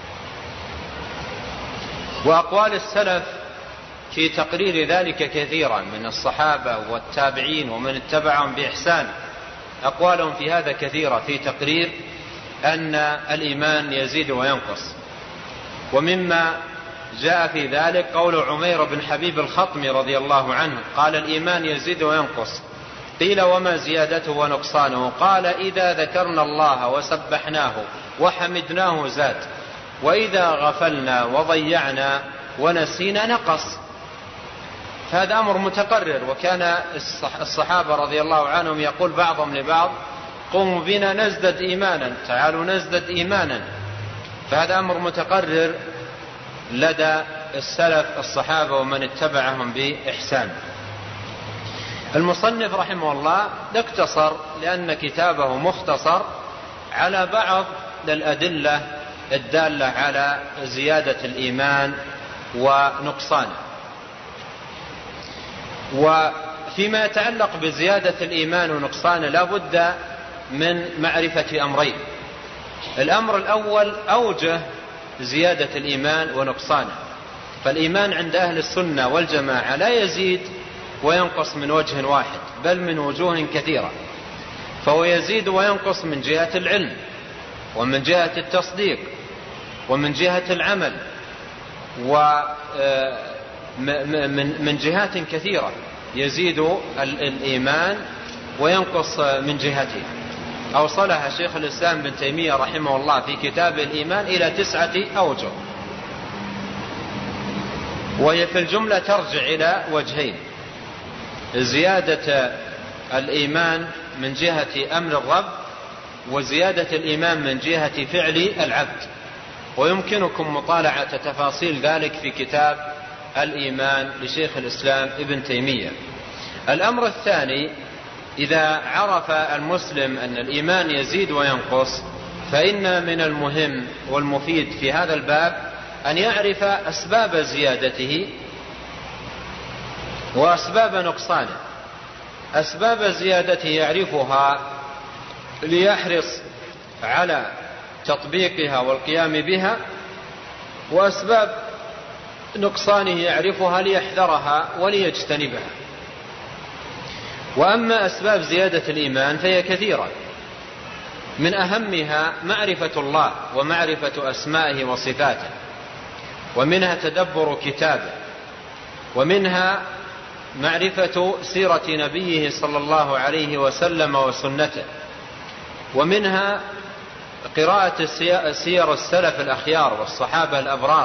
وأقوال السلف في تقرير ذلك كثيرا من الصحابة والتابعين ومن اتبعهم بإحسان. أقوالهم في هذا كثيرة في تقرير أن الإيمان يزيد وينقص. ومما جاء في ذلك قول عمير بن حبيب الخطمي رضي الله عنه قال: الإيمان يزيد وينقص. قيل: وما زيادته ونقصانه؟ قال: إذا ذكرنا الله وسبحناه وحمدناه زاد، وإذا غفلنا وضيعنا ونسينا نقص. فهذا أمر متقرر. وكان الصحابة رضي الله عنهم يقول بعضهم لبعض: قوموا بنا نزدد إيمانا، تعالوا نزدد إيمانا. فهذا أمر متقرر لدى السلف الصحابة ومن اتبعهم بإحسان. المصنف رحمه الله اقتصر لأن كتابه مختصر على بعض الأدلة الدالة على زيادة الإيمان ونقصانه. وفيما يتعلق بزيادة الإيمان ونقصانه لا بد من معرفة أمرين. الأمر الأول أوجه زيادة الإيمان ونقصانه. فالإيمان عند أهل السنة والجماعة لا يزيد وينقص من وجه واحد، بل من وجوه كثيرة. فهو يزيد وينقص من جهة العلم، ومن جهة التصديق، ومن جهة العمل، ومن جهات كثيرة يزيد الإيمان وينقص من جهته. أوصلها شيخ الإسلام بن تيمية رحمه الله في كتاب الإيمان إلى تسعة أوجه، وهي في الجملة ترجع إلى وجهين: زيادة الإيمان من جهة أمر الرب، وزيادة الإيمان من جهة فعل العبد. ويمكنكم مطالعة تفاصيل ذلك في كتاب الإيمان لشيخ الإسلام ابن تيمية. الأمر الثاني: إذا عرف المسلم أن الإيمان يزيد وينقص، فإن من المهم والمفيد في هذا الباب أن يعرف أسباب زيادته وأسباب نقصانه. أسباب زيادته يعرفها ليحرص على تطبيقها والقيام بها، وأسباب نقصانه يعرفها ليحذرها وليجتنبها. وأما أسباب زيادة الإيمان فهي كثيرة، من أهمها معرفة الله ومعرفة أسمائه وصفاته، ومنها تدبر كتابه، ومنها معرفة سيرة نبيه صلى الله عليه وسلم وسنته، ومنها قراءة سير السلف الأخيار والصحابة الأبرار،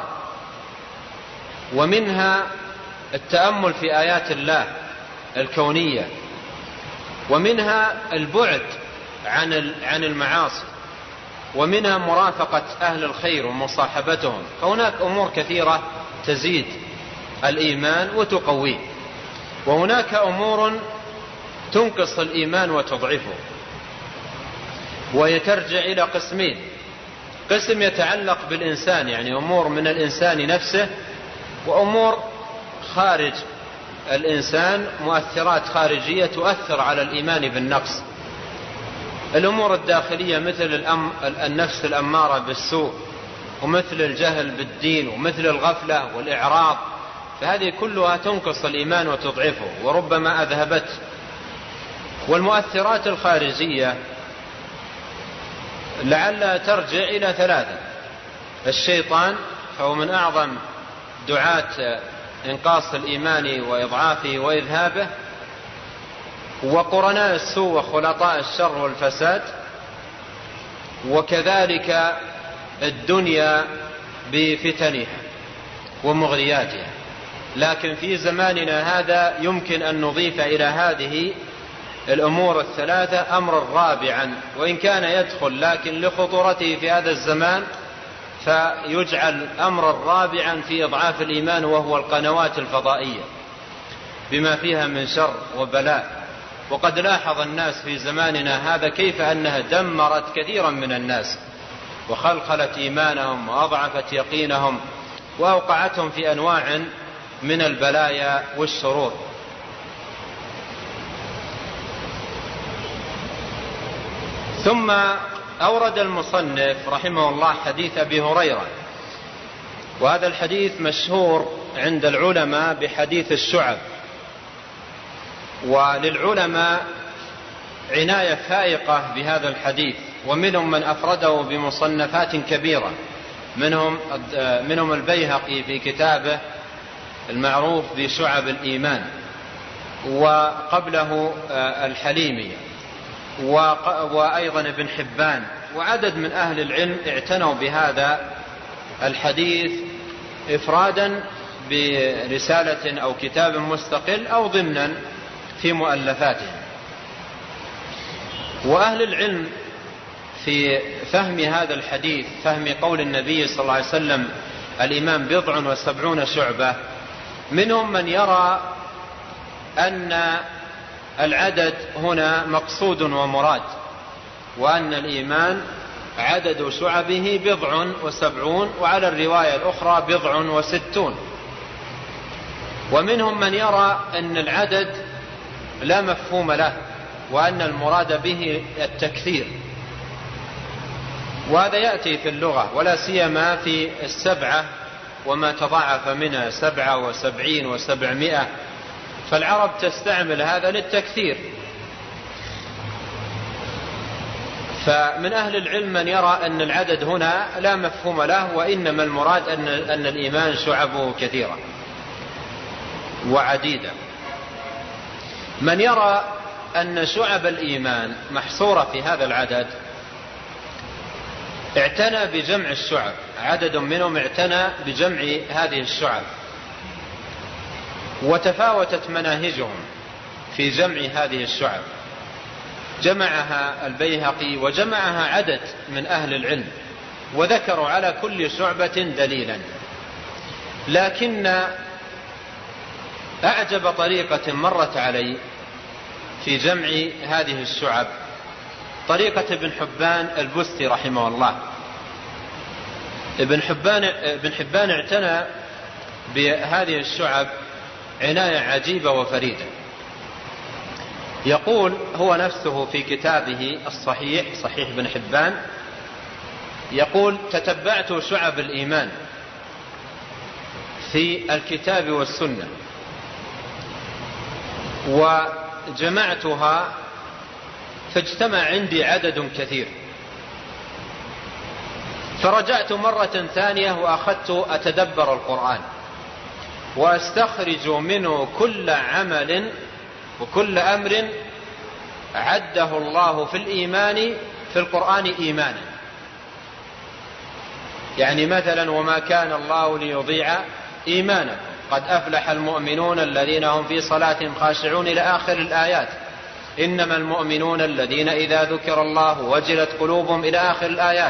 ومنها التأمل في آيات الله الكونية، ومنها البعد عن عن المعاصي، ومنها مرافقة أهل الخير ومصاحبتهم. فهناك أمور كثيرة تزيد الإيمان وتقويه، وهناك أمور تنقص الإيمان وتضعفه، ويترجع إلى قسمين: قسم يتعلق بالإنسان، يعني أمور من الإنسان نفسه، وأمور خارج الإنسان، مؤثرات خارجية تؤثر على الإيمان بالنقص. الأمور الداخلية مثل النفس الأمارة بالسوء، ومثل الجهل بالدين، ومثل الغفلة والإعراض، فهذه كلها تنقص الإيمان وتضعفه وربما أذهبته. والمؤثرات الخارجية لعلها ترجع إلى ثلاثة: الشيطان، فهو من أعظم دعاة إنقاص الإيمان وإضعافه وإذهابه، وقرناء السوء وخلطاء الشر والفساد، وكذلك الدنيا بفتنها ومغرياتها. لكن في زماننا هذا يمكن أن نضيف إلى هذه الأمور الثلاثة أمر رابعا، وإن كان يدخل لكن لخطورته في هذا الزمان فيجعل أمرا رابعا في إضعاف الإيمان، وهو القنوات الفضائية بما فيها من شر وبلاء. وقد لاحظ الناس في زماننا هذا كيف أنها دمرت كثيرا من الناس، وخلخلت إيمانهم وأضعفت يقينهم، وأوقعتهم في أنواع من البلايا والشرور. ثم أورد المصنف رحمه الله حديث أبي هريرة، وهذا الحديث مشهور عند العلماء بحديث الشعب، وللعلماء عناية فائقة بهذا الحديث، ومنهم من أفرده بمصنفات كبيرة، منهم منهم البيهقي في كتابه المعروف بشعب الإيمان، وقبله الحليمي، وأيضا ابن حبان، وعدد من أهل العلم اعتنوا بهذا الحديث إفرادا برسالة أو كتاب مستقل أو ضمنا في مؤلفاتهم. وأهل العلم في فهم هذا الحديث، فهم قول النبي صلى الله عليه وسلم الإيمان بضع وسبعون شعبة، منهم من يرى أن العدد هنا مقصود ومراد، وأن الإيمان عدد شعبه بضع وسبعون، وعلى الرواية الأخرى بضع وستون. ومنهم من يرى أن العدد لا مفهوم له، وأن المراد به التكثير، وهذا يأتي في اللغة، ولا سيما في السبعة وما تضاعف منها، سبعة وسبعين وسبعمائة، فالعرب تستعمل هذا للتكثير. فمن أهل العلم من يرى أن العدد هنا لا مفهوم له، وإنما المراد أن, أن الإيمان شعبه كثيرة وعديدة. من يرى أن شعب الإيمان محصورة في هذا العدد اعتنى بجمع الشعب، عدد منهم اعتنى بجمع هذه الشعب، وتفاوتت مناهجهم في جمع هذه الشعب. جمعها البيهقي وجمعها عدد من أهل العلم، وذكروا على كل شعبة دليلا. لكن أعجب طريقة مرت علي في جمع هذه الشعب طريقة ابن حبان البستي رحمه الله. ابن حبان, ابن حبان اعتنى بهذه الشعب عناية عجيبة وفريدة. يقول هو نفسه في كتابه الصحيح صحيح ابن حبان، يقول تتبعت شعب الإيمان في الكتاب والسنة وجمعتها فاجتمع عندي عدد كثير، فرجعت مرة ثانية وأخذت أتدبر القرآن وأستخرج منه كل عمل وكل أمر عده الله في الإيمان في القرآن إيمانا. يعني مثلا وما كان الله ليضيع إيمانكم قد أفلح المؤمنون الذين هم في صلاتهم خاشعون إلى آخر الآيات، إنما المؤمنون الذين إذا ذكر الله وجلت قلوبهم إلى آخر الآيات.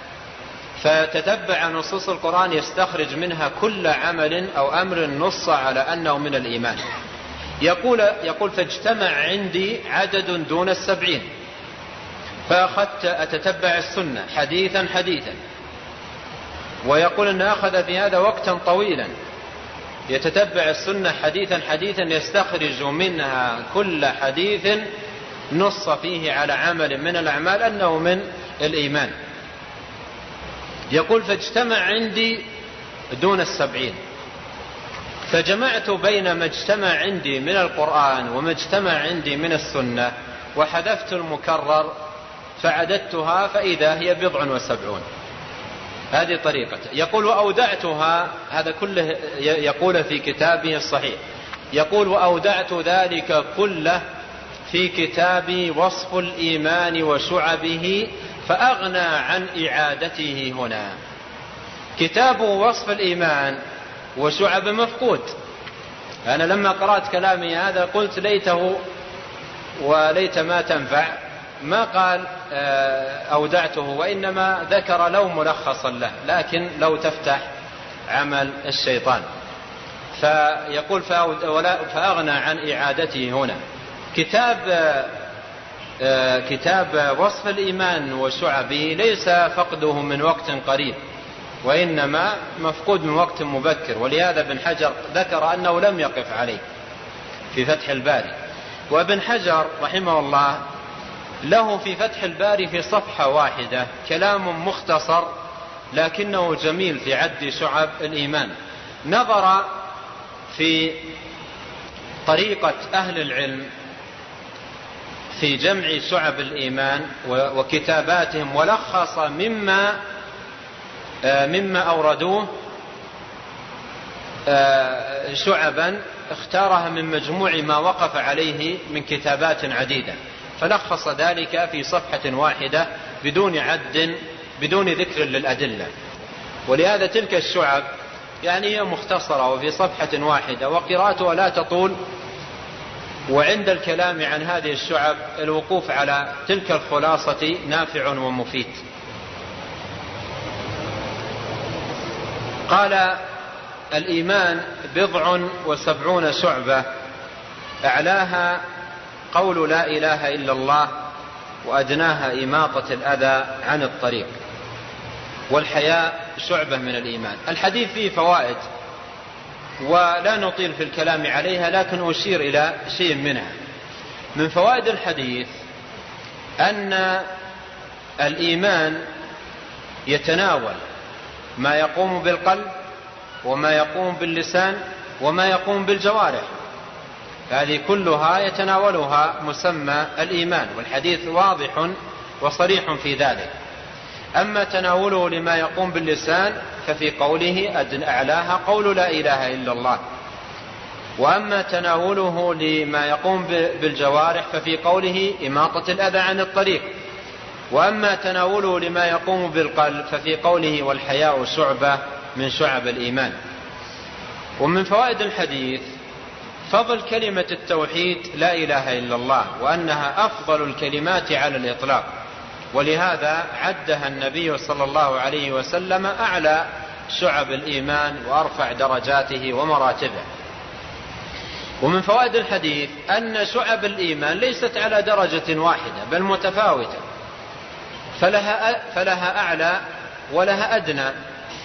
فتتبع نصوص القرآن يستخرج منها كل عمل أو أمر نص على أنه من الإيمان. يقول, يقول فاجتمع عندي عدد دون السبعين، فأخذت أتتبع السنة حديثا حديثا، ويقول أن أخذ في هذا وقتا طويلا يتتبع السنة حديثا حديثا يستخرج منها كل حديث نص فيه على عمل من الأعمال أنه من الإيمان. يقول فاجتمع عندي دون السبعين، فجمعت بين ما اجتمع عندي من القرآن وما اجتمع عندي من السنة وحذفت المكرر فعددتها فإذا هي بضع وسبعون. هذه طريقته. يقول وأودعتها، هذا كله يقول في كتابه الصحيح، يقول وأودعت ذلك كله في كتابي وصف الإيمان وشعبه فأغنى عن إعادته هنا. كتاب وصف الإيمان وشعب مفقود. أنا لما قرأت كلامي هذا قلت ليته وليت ما تنفع، ما قال أودعته، وإنما ذكر لو ملخصا له، لكن لو تفتح عمل الشيطان. فيقول فأغنى عن إعادته هنا. كتاب كتاب وصف الإيمان وشعبه ليس فقده من وقت قريب، وإنما مفقود من وقت مبكر، ولهذا ابن حجر ذكر أنه لم يقف عليه في فتح الباري. وابن حجر رحمه الله له في فتح الباري في صفحة واحدة كلام مختصر لكنه جميل في عد شعب الإيمان. نظر في طريقة أهل العلم في جمع شعب الإيمان وكتاباتهم، ولخص مما مما أوردوه شعبا اختارها من مجموع ما وقف عليه من كتابات عديدة، فلخص ذلك في صفحة واحدة بدون عد بدون ذكر للأدلة. ولهذا تلك الشعب يعني هي مختصرة وفي صفحة واحدة وقراءتها لا تطول، وعند الكلام عن هذه الشعب الوقوف على تلك الخلاصة نافع ومفيد. قال الإيمان بضع وسبعون شعبة، أعلاها قول لا إله إلا الله، وأدناها إماطة الأذى عن الطريق، والحياء شعبة من الإيمان. الحديث فيه فوائد ولا نطيل في الكلام عليها، لكن أشير إلى شيء منها. من فوائد الحديث أن الإيمان يتناول ما يقوم بالقلب وما يقوم باللسان وما يقوم بالجوارح، هذه كلها يتناولها مسمى الإيمان، والحديث واضح وصريح في ذلك. أما تناوله لما يقوم باللسان ففي قوله أعلاها قول لا إله إلا الله، وأما تناوله لما يقوم بالجوارح ففي قوله إماطة الأذى عن الطريق، وأما تناوله لما يقوم بالقلب ففي قوله والحياء شعبة من شعب الإيمان. ومن فوائد الحديث فضل كلمة التوحيد لا إله إلا الله، وأنها أفضل الكلمات على الإطلاق، ولهذا عدها النبي صلى الله عليه وسلم أعلى شعب الإيمان وأرفع درجاته ومراتبه. ومن فوائد الحديث أن شعب الإيمان ليست على درجة واحدة بل متفاوتة، فلها, فلها أعلى ولها أدنى.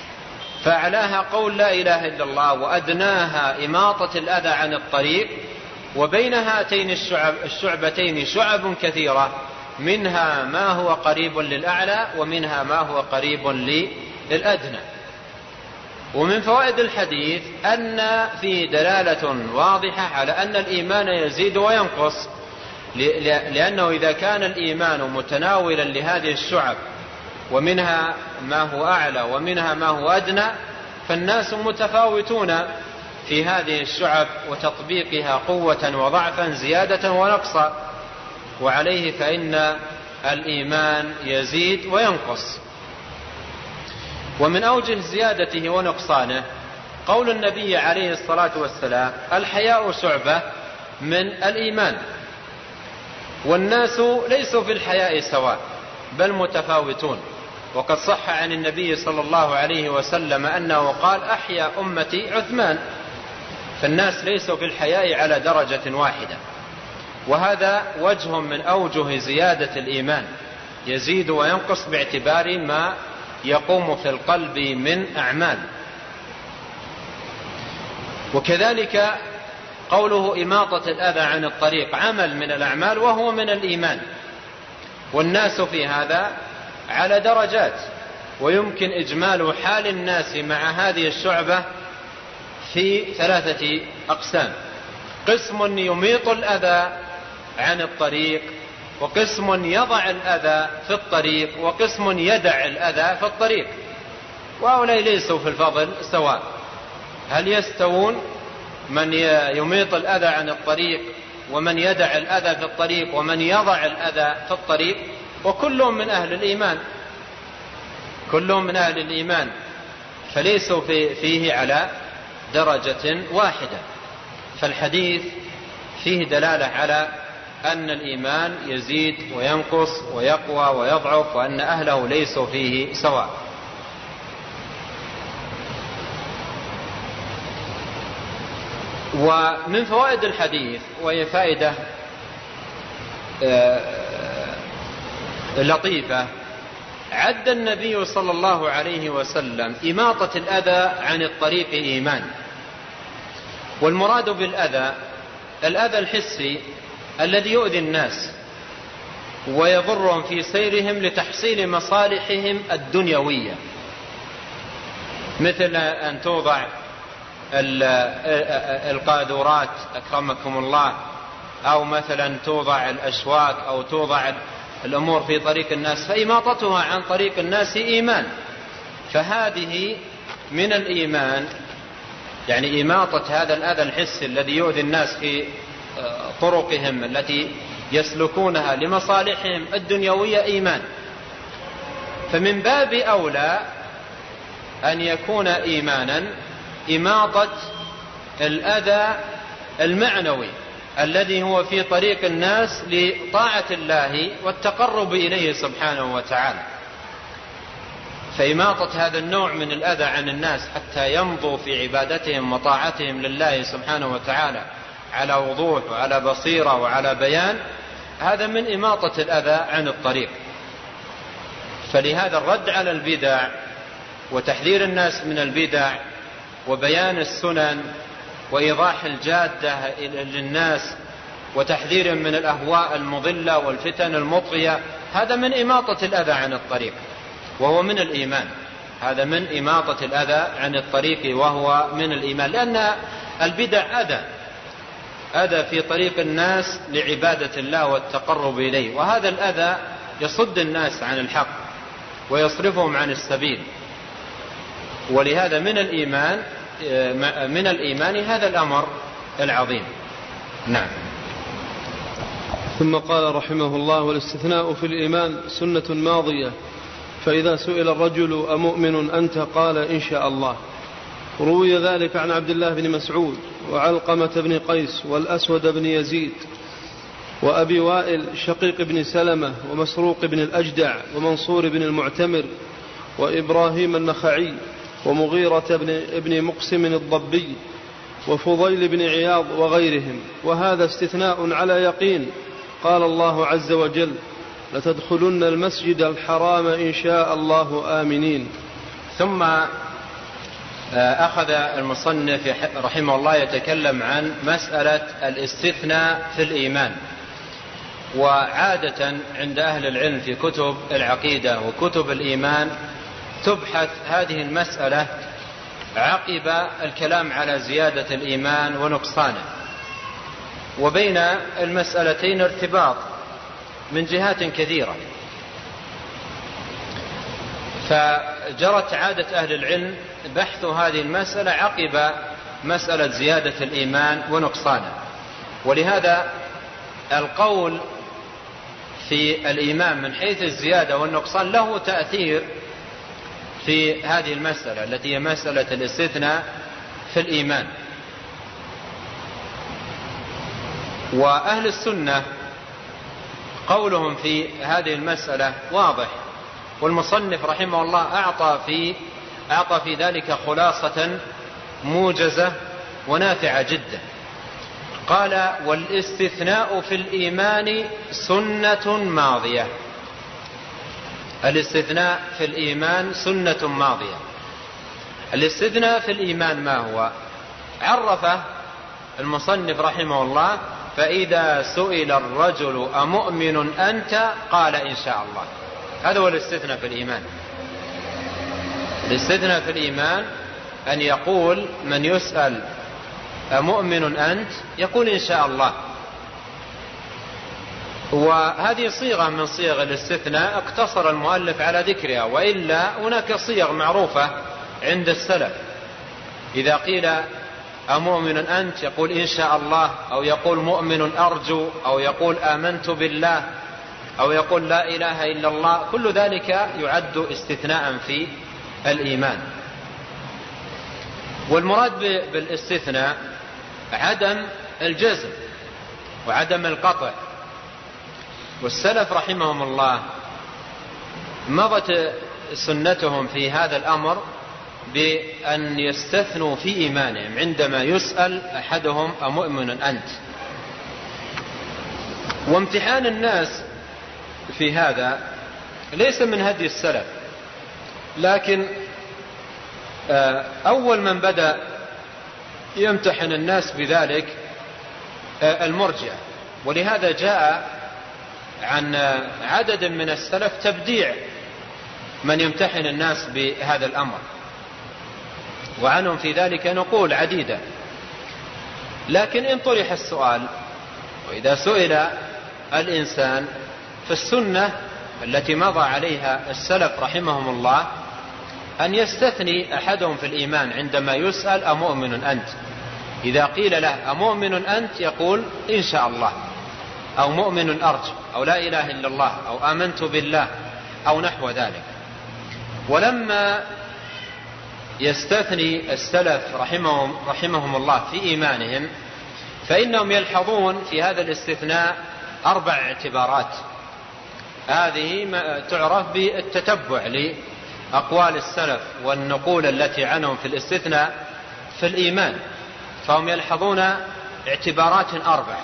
فأعلاها قول لا إله إلا الله، وأدناها إماطة الأذى عن الطريق. وبين هاتين الشعب الشعبتين شعب كثيرة، منها ما هو قريب للأعلى ومنها ما هو قريب للأدنى. ومن فوائد الحديث أن فيه دلالة واضحة على أن الإيمان يزيد وينقص، لأنه إذا كان الإيمان متناولا لهذه الشعب ومنها ما هو أعلى ومنها ما هو أدنى، فالناس متفاوتون في هذه الشعب وتطبيقها قوة وضعفا، زيادة ونقصا، وعليه فإن الإيمان يزيد وينقص. ومن أوجه زيادته ونقصانه قول النبي عليه الصلاة والسلام: الحياء شعبة من الإيمان. والناس ليسوا في الحياء سواء بل متفاوتون. وقد صح عن النبي صلى الله عليه وسلم أنه قال: أحيا أمتي عثمان. فالناس ليسوا في الحياء على درجة واحدة، وهذا وجه من أوجه زيادة الإيمان، يزيد وينقص باعتبار ما يقوم في القلب من أعمال. وكذلك قوله إماطة الأذى عن الطريق عمل من الأعمال وهو من الإيمان. والناس في هذا على درجات، ويمكن إجمال حال الناس مع هذه الشعبة في ثلاثة أقسام: قسم يميط الأذى عن الطريق، وقسم يضع الأذى في الطريق، وقسم يدع الأذى في الطريق. وهؤلاء ليسوا في الفضل سواء. هل يستوون من يميط الأذى عن الطريق ومن يدع الأذى في الطريق ومن يضع الأذى في الطريق؟ وكلهم من أهل الإيمان، كلهم من أهل الإيمان، فليسوا في فيه على درجة واحدة. فالحديث فيه دلالة على أن الإيمان يزيد وينقص ويقوى ويضعف، وأن أهله ليسوا فيه سواء. ومن فوائد الحديث، وهي فائدة لطيفة، عد النبي صلى الله عليه وسلم إماطة الأذى عن الطريق إيمان. والمراد بالأذى الأذى الحسي الذي يؤذي الناس ويضرهم في سيرهم لتحصيل مصالحهم الدنيوية، مثل أن توضع القاذورات أكرمكم الله، أو مثلا توضع الأشواك، أو توضع الأمور في طريق الناس، فإماطتها عن طريق الناس إيمان. فهذه من الإيمان، يعني إماطة هذا الأذى الحسي الذي يؤذي الناس في طرقهم التي يسلكونها لمصالحهم الدنيوية إيمان. فمن باب أولى أن يكون إيمانا إماطة الأذى المعنوي الذي هو في طريق الناس لطاعة الله والتقرب إليه سبحانه وتعالى. فإماطة هذا النوع من الأذى عن الناس حتى يمضوا في عبادتهم وطاعتهم لله سبحانه وتعالى على وضوح وعلى بصيرة وعلى بيان، هذا من إماطة الأذى عن الطريق. فلهذا الرد على البدع وتحذير الناس من البدع وبيان السنن وإيضاح الجادة للناس وتحذير من الأهواء المضلة والفتن المطغية، هذا من إماطة الأذى عن الطريق وهو من الإيمان. هذا من إماطة الأذى عن الطريق وهو من الإيمان، لأن البدع أذى أذى في طريق الناس لعبادة الله والتقرب إليه، وهذا الأذى يصد الناس عن الحق ويصرفهم عن السبيل. ولهذا من الإيمان من الإيمان هذا الأمر العظيم. نعم. ثم قال رحمه الله: والاستثناء في الإيمان سنة ماضية، فإذا سئل الرجل أمؤمن أنت قال إن شاء الله. روي ذلك عن عبد الله بن مسعود وعلقمة بن قيس والأسود بن يزيد وأبي وائل شقيق بن سلمة ومسروق بن الأجدع ومنصور بن المعتمر وإبراهيم النخعي ومغيرة بن, بن مقسم الضبي وفضيل بن عياض وغيرهم. وهذا استثناء على يقين. قال الله عز وجل: لتدخلن المسجد الحرام إن شاء الله آمنين. ثم أخذ المصنف رحمه الله يتكلم عن مسألة الاستثناء في الإيمان. وعادة عند أهل العلم في كتب العقيدة وكتب الإيمان تبحث هذه المسألة عقب الكلام على زيادة الإيمان ونقصانه، وبين المسألتين ارتباط من جهات كثيرة. فجرت عادة أهل العلم بحث هذه المسألة عقب مسألة زيادة الإيمان ونقصانه. ولهذا القول في الإيمان من حيث الزيادة والنقصان له تأثير في هذه المسألة التي هي مسألة الاستثناء في الإيمان. وأهل السنة قولهم في هذه المسألة واضح، والمصنف رحمه الله أعطى في, أعطى في ذلك خلاصة موجزة ونافعة جدا. قال: والاستثناء في الإيمان سنة ماضية. الاستثناء في الإيمان سنة ماضية. الاستثناء في الإيمان ما هو؟ عرفه المصنف رحمه الله: فإذا سئل الرجل أمؤمن أنت قال إن شاء الله. هذا هو الاستثناء في الإيمان. الاستثناء في الإيمان أن يقول من يسأل أمؤمن أنت يقول إن شاء الله. وهذه صيغة من صيغ الاستثناء اقتصر المؤلف على ذكرها، وإلا هناك صيغ معروفة عند السلف. إذا قيل أمؤمن أنت يقول إن شاء الله، أو يقول مؤمن أرجو، أو يقول آمنت بالله، أو يقول لا إله إلا الله. كل ذلك يعد استثناء في الإيمان. والمراد بالاستثناء عدم الجزم وعدم القطع. والسلف رحمهم الله مضت سنتهم في هذا الأمر بأن يستثنوا في إيمانهم عندما يسأل أحدهم أمؤمن أنت. وامتحان الناس في هذا ليس من هدي السلف، لكن أول من بدأ يمتحن الناس بذلك المرجئة. ولهذا جاء عن عدد من السلف تبديع من يمتحن الناس بهذا الأمر، وعنهم في ذلك نقول عديدة. لكن إن طرح السؤال، وإذا سئل الإنسان، فالسنة التي مضى عليها السلف رحمهم الله أن يستثني أحدهم في الإيمان عندما يسأل أمؤمن أنت. إذا قيل له أمؤمن أنت يقول إن شاء الله، أو مؤمن أرجو، أو لا إله إلا الله، أو آمنت بالله، أو نحو ذلك. ولما يستثني السلف رحمهم, رحمهم الله في إيمانهم، فإنهم يلحظون في هذا الاستثناء أربع اعتبارات. هذه ما تعرف بالتتبع لأقوال السلف والنقول التي عنهم في الاستثناء في الإيمان. فهم يلحظون اعتبارات أربع.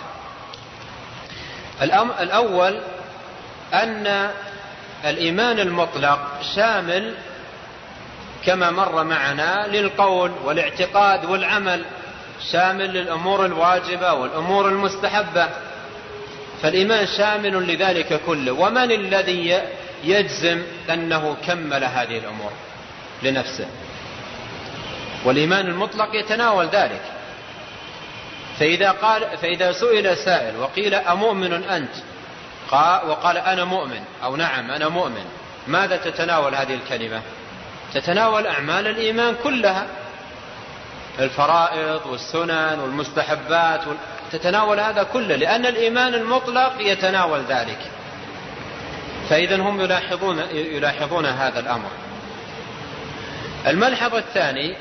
الأول أن الإيمان المطلق شامل كما مر معنا للقول والاعتقاد والعمل، شامل للأمور الواجبة والأمور المستحبة. فالإيمان شامل لذلك كله. ومن الذي يجزم أنه كمل هذه الأمور لنفسه؟ والإيمان المطلق يتناول ذلك. فإذا, قال فإذا سئل سائل وقيل أمؤمن أنت وقال أنا مؤمن، أو نعم أنا مؤمن، ماذا تتناول هذه الكلمة؟ تتناول أعمال الإيمان كلها، الفرائض والسنن والمستحبات، تتناول هذا كله، لأن الإيمان المطلق يتناول ذلك. فإذا هم يلاحظون, يلاحظون هذا الأمر. الملحظ الثاني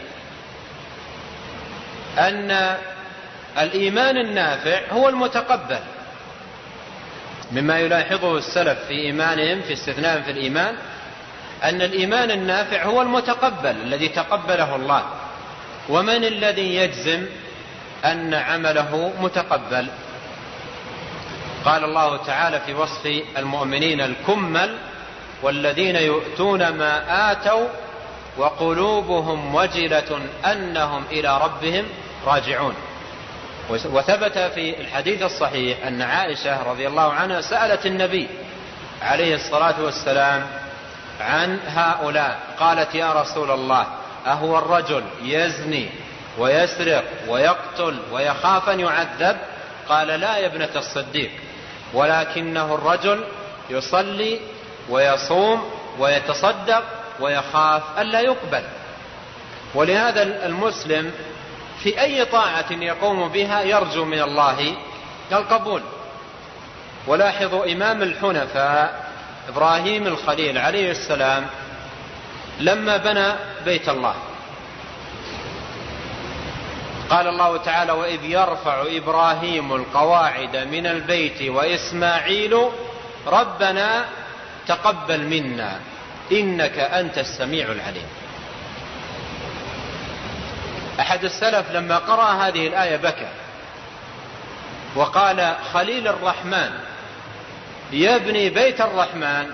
أن الإيمان النافع هو المتقبل. مما يلاحظه السلف في إيمانهم في استثناء في الإيمان أن الإيمان النافع هو المتقبل الذي تقبله الله. ومن الذي يجزم أن عمله متقبل؟ قال الله تعالى في وصف المؤمنين الكمل: والذين يؤتون ما آتوا وقلوبهم وجلة أنهم إلى ربهم راجعون. وثبت في الحديث الصحيح أن عائشة رضي الله عنها سألت النبي عليه الصلاة والسلام عن هؤلاء، قالت: يا رسول الله، أهو الرجل يزني ويسرق ويقتل ويخاف أن يعذب؟ قال: لا يا ابنة الصديق، ولكنه الرجل يصلي ويصوم ويتصدق ويخاف ألا يقبل. ولهذا المسلم في أي طاعة يقوم بها يرجو من الله القبول. ولاحظوا إمام الحنفاء إبراهيم الخليل عليه السلام لما بنى بيت الله قال الله تعالى: وإذ يرفع إبراهيم القواعد من البيت وإسماعيل ربنا تقبل منا إنك أنت السميع العليم. أحد السلف لما قرأ هذه الآية بكى وقال: خليل الرحمن يبني بيت الرحمن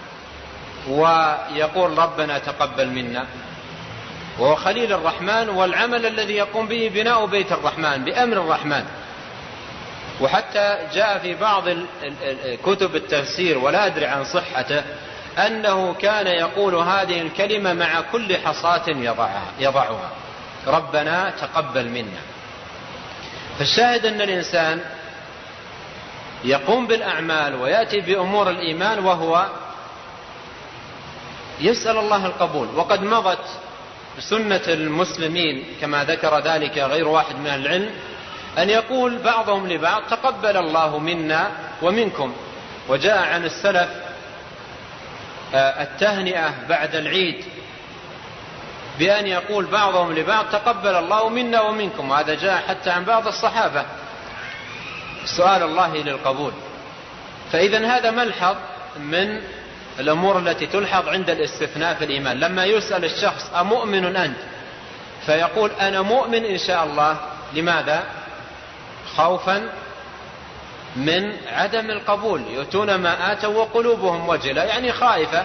ويقول ربنا تقبل منا، وهو خليل الرحمن، والعمل الذي يقوم به بناء بيت الرحمن بأمر الرحمن. وحتى جاء في بعض كتب التفسير ولا أدري عن صحته أنه كان يقول هذه الكلمة مع كل حصاة يضعها, يضعها ربنا تقبل منا. فالشاهد أن الإنسان يقوم بالأعمال ويأتي بأمور الإيمان وهو يسأل الله القبول. وقد مضت سنة المسلمين كما ذكر ذلك غير واحد من العلم أن يقول بعضهم لبعض: تقبل الله منا ومنكم. وجاء عن السلف التهنئة بعد العيد بأن يقول بعضهم لبعض: تقبل الله منا ومنكم. وهذا جاء حتى عن بعض الصحابة، سؤال الله للقبول. فإذا هذا ملحظ من الأمور التي تلحظ عند الاستثناء في الإيمان. لما يسأل الشخص: أمؤمن أنت؟ فيقول: أنا مؤمن إن شاء الله. لماذا؟ خوفا من عدم القبول، يؤتون ما آتوا وقلوبهم وجلة، يعني خائفة،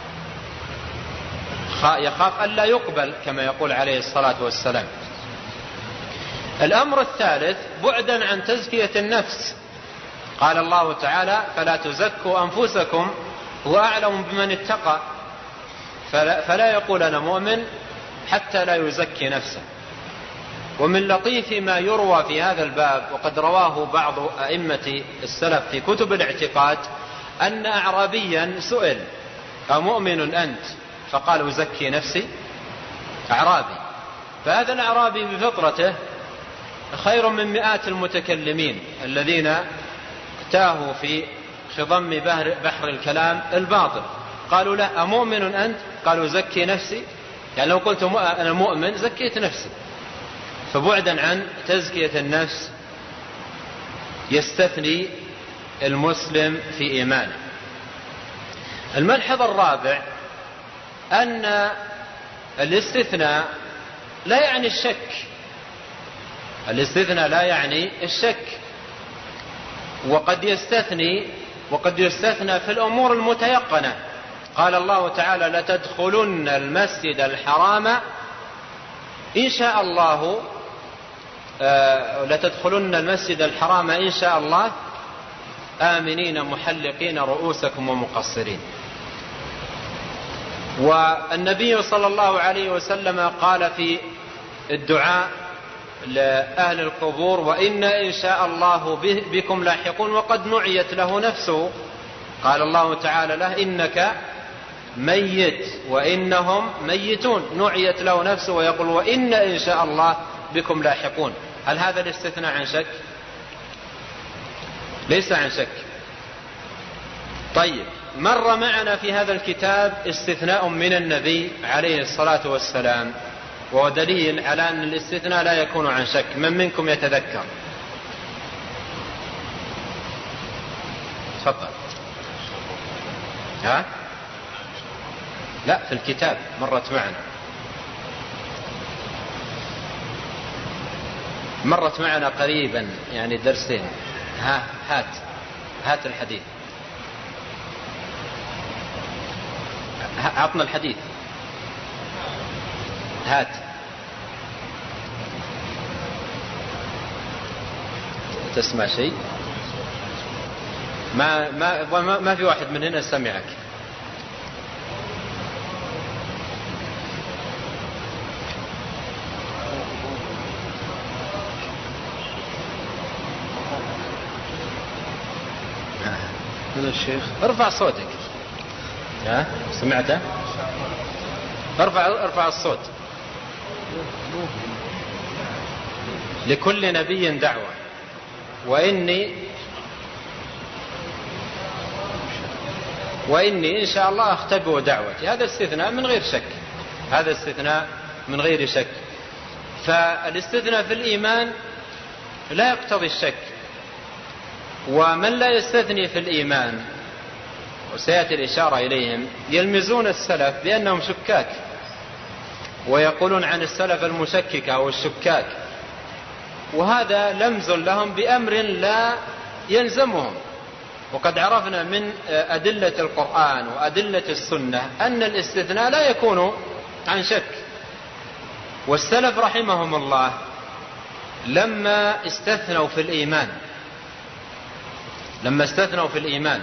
يخاف ألا يقبل كما يقول عليه الصلاة والسلام. الأمر الثالث بعدا عن تزكية النفس. قال الله تعالى: فلا تزكوا أنفسكم هو أعلم بمن اتقى. فلا, فلا يقول أنا مؤمن حتى لا يزكي نفسه. ومن لطيف ما يروى في هذا الباب، وقد رواه بعض أئمة السلف في كتب الاعتقاد، أن أعرابيا سئل: أمؤمن أنت؟ فقال: أزكي نفسي. أعرابي. فهذا الأعرابي بفطرته خير من مئات المتكلمين الذين تاهوا في خضم بحر الكلام الباطل. قالوا له: أمؤمن أنت؟ قالوا: زكي نفسي. يعني لو قلت أنا مؤمن زكيت نفسي. فبعدا عن تزكية النفس يستثني المسلم في إيمانه. الملحظ الرابع أن الاستثناء لا يعني الشك. الاستثناء لا يعني الشك. وقد يستثني وقد يستثنى في الأمور المتيقنة. قال الله تعالى: لتدخلن المسجد الحرام إن شاء الله آه لتدخلن المسجد الحرام إن شاء الله آمنين محلقين رؤوسكم ومقصرين. والنبي صلى الله عليه وسلم قال في الدعاء لأهل القبور: وإنا إن شاء الله بكم لاحقون. وقد نعيت له نفسه. قال الله تعالى له: إنك ميت وإنهم ميتون. نعيت له نفسه ويقول: وإنا إن شاء الله بكم لاحقون. هل هذا الاستثناء عن شك؟ ليس عن شك. طيب، مر معنا في هذا الكتاب استثناء من النبي عليه الصلاة والسلام، وهو دليل على أن الاستثناء لا يكون عن شك. من منكم يتذكر؟ تفضل. ها؟ لا، في الكتاب مرت معنا مرت معنا قريبا، يعني درسين. ها هات هات الحديث، عطنا الحديث. هات. تسمع شيء؟ ما ما ما في واحد من هنا سمعك. من الشيخ. ارفع صوتك. ها سمعته؟ ارفع ارفع الصوت. لكل نبي دعوة وإني وإني إن شاء الله أختبئ دعوتي. هذا استثناء من غير شك، هذا استثناء من غير شك. فالاستثناء في الإيمان لا يقتضي الشك، ومن لا يستثني في الإيمان وسيأتي الإشارة إليهم يلمزون السلف بأنهم شكاك، ويقولون عن السلف المشكك أو الشكاك، وهذا لمز لهم بأمر لا يلزمهم. وقد عرفنا من أدلة القرآن وأدلة السنة أن الاستثناء لا يكون عن شك. والسلف رحمهم الله لما استثنوا في الإيمان لما استثنوا في الإيمان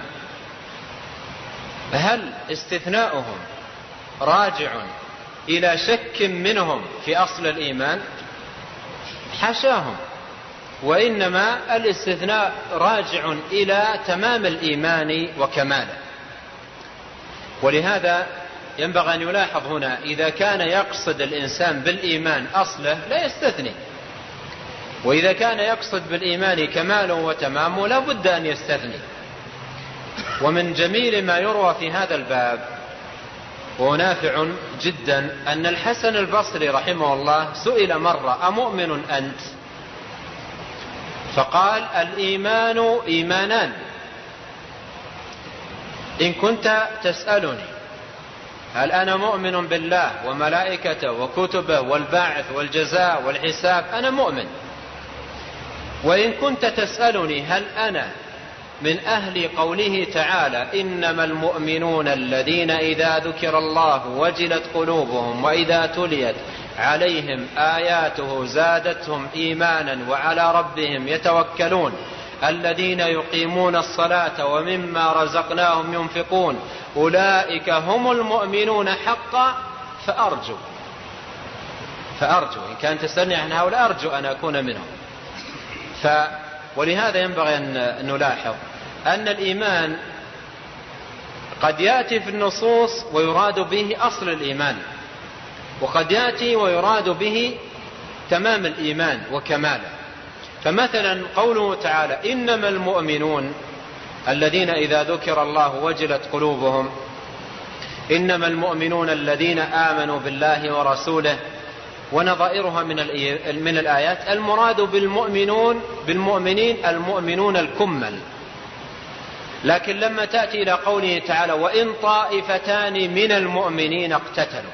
هل استثناؤهم راجع إلى شك منهم في أصل الإيمان؟ حاشاهم، وإنما الاستثناء راجع إلى تمام الإيمان وكماله. ولهذا ينبغي أن يلاحظ هنا إذا كان يقصد الإنسان بالإيمان أصله لا يستثني، وإذا كان يقصد بالإيمان كماله وتمامه لا بد أن يستثني. ومن جميل ما يروى في هذا الباب ونافع جدا أن الحسن البصري رحمه الله سئل مرة: أمؤمن أنت؟ فقال: الإيمان إيمانان، إن كنت تسألني هل أنا مؤمن بالله وملائكته وكتبه والبعث والجزاء والحساب أنا مؤمن، وإن كنت تسألني هل أنا من أهل قوله تعالى: إنما المؤمنون الذين إذا ذكر الله وجلت قلوبهم وإذا تليت عليهم آياته زادتهم إيمانا وعلى ربهم يتوكلون الذين يقيمون الصلاة ومما رزقناهم ينفقون أولئك هم المؤمنون حقا فأرجو فأرجو إن كان تسألني عن هؤلاء أرجو أن أكون منهم. ف ولهذا ينبغي أن نلاحظ أن الإيمان قد يأتي في النصوص ويراد به أصل الإيمان، وقد يأتي ويراد به تمام الإيمان وكماله. فمثلا قوله تعالى: إنما المؤمنون الذين إذا ذكر الله وجلت قلوبهم، إنما المؤمنون الذين آمنوا بالله ورسوله ونظائرها من من الآيات. المراد بالمؤمنون بالمؤمنين المؤمنون الكمل. لكن لما تأتي إلى قوله تعالى: وإن طائفتان من المؤمنين اقتتلوا،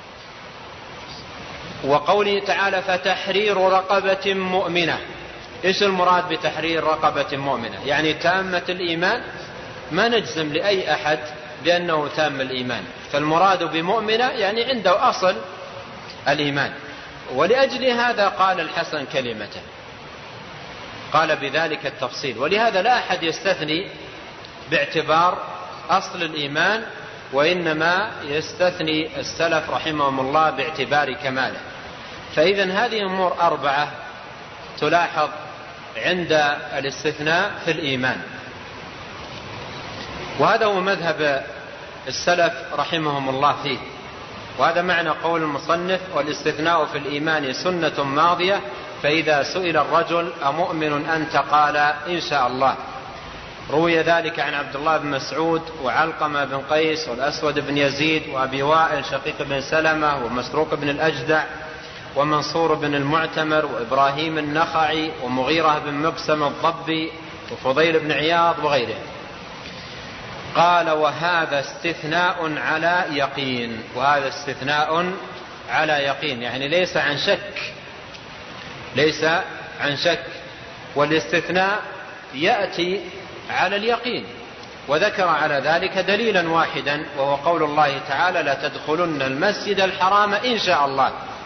وقوله تعالى: فتحرير رقبة مؤمنة، إيش المراد بتحرير رقبة مؤمنة؟ يعني تامة الإيمان؟ ما نجزم لأي أحد بأنه تام الإيمان، فالمراد بمؤمنة يعني عنده أصل الإيمان. ولأجل هذا قال الحسن كلمته، قال بذلك التفصيل. ولهذا لا أحد يستثني باعتبار أصل الإيمان، وإنما يستثني السلف رحمهم الله باعتبار كماله. فإذن هذه أمور أربعة تلاحظ عند الاستثناء في الإيمان، وهذا هو مذهب السلف رحمهم الله فيه. وهذا معنى قول المصنف: والاستثناء في الإيمان سنة ماضية، فإذا سئل الرجل أمؤمن أنت قال إن شاء الله. روي ذلك عن عبد الله بن مسعود وعلقمة بن قيس والأسود بن يزيد وأبي وائل شقيق بن سلمة ومسروق بن الأجدع ومنصور بن المعتمر وإبراهيم النخعي ومغيرة بن مقسم الضبي وفضيل بن عياض وغيرهم. قال: وهذا استثناء على يقين. وهذا استثناء على يقين يعني ليس عن شك، ليس عن شك. والاستثناء يأتي على اليقين، وذكر على ذلك دليلا واحدا وهو قول الله تعالى: لا تدخلن المسجد الحرام إن شاء الله.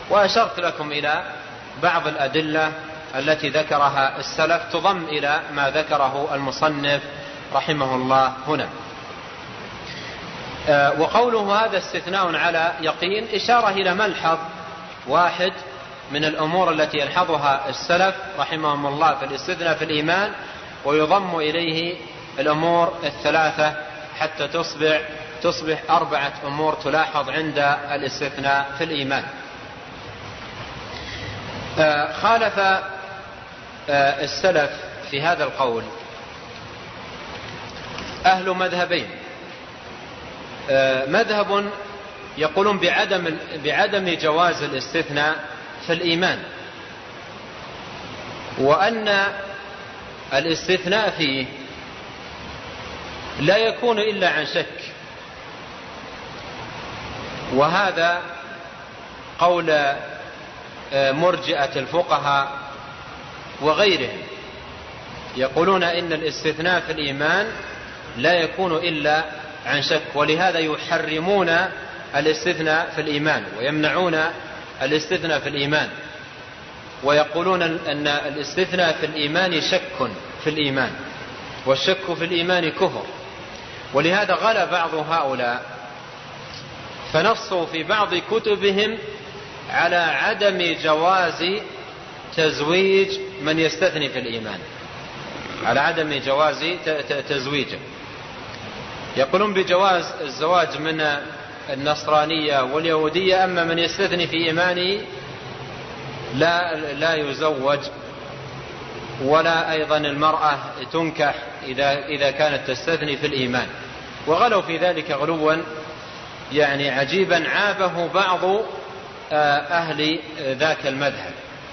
وأشرت لكم إلى بعض الأدلة التي ذكرها السلف تضم إلى ما ذكره المصنف رحمه الله هنا. وقوله هذا استثناء على يقين إشارة إلى ملحظ واحد من الأمور التي يلحظها السلف رحمهم الله في الاستثناء في الإيمان، ويضم إليه الأمور الثلاثة حتى تصبح تصبح أربعة أمور تلاحظ عند الاستثناء في الإيمان. خالف السلف في هذا القول أهل مذهبين. مذهب يقولون بعدم بعدم جواز الاستثناء في الإيمان، وأن الاستثناء فيه لا يكون إلا عن شك، وهذا قول مرجئة الفقهاء وغيرهم، يقولون إن الاستثناء في الإيمان لا يكون إلا عن شك، ولهذا يحرمون الاستثناء في الإيمان ويمنعون الاستثناء في الإيمان، ويقولون أن الاستثناء في الإيمان شك في الإيمان، والشك في الإيمان كفر. ولهذا غلا بعض هؤلاء فنصوا في بعض كتبهم على عدم جواز تزويج من يستثني في الإيمان، على عدم جواز تزويجه. يقولون بجواز الزواج من النصرانية واليهودية، أما من يستثني في إيمانه لا لا يزوج، ولا أيضا المرأة تنكح إذا إذا كانت تستثني في الإيمان. وغلوا في ذلك غلوا يعني عجيبا عابه بعض أهل ذاك المذهب.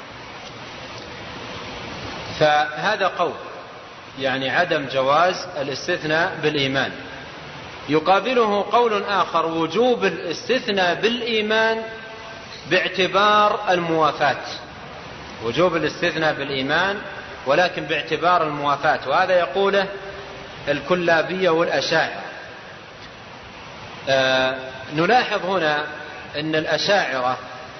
فهذا قول يعني عدم جواز الاستثناء بالإيمان. يقابله قول آخر وجوب الاستثناء بالإيمان باعتبار الموافاة، وجوب الاستثناء بالإيمان ولكن باعتبار الموافاة، وهذا يقوله الكلابية والأشاعرة. آه نلاحظ هنا أن الأشاعرة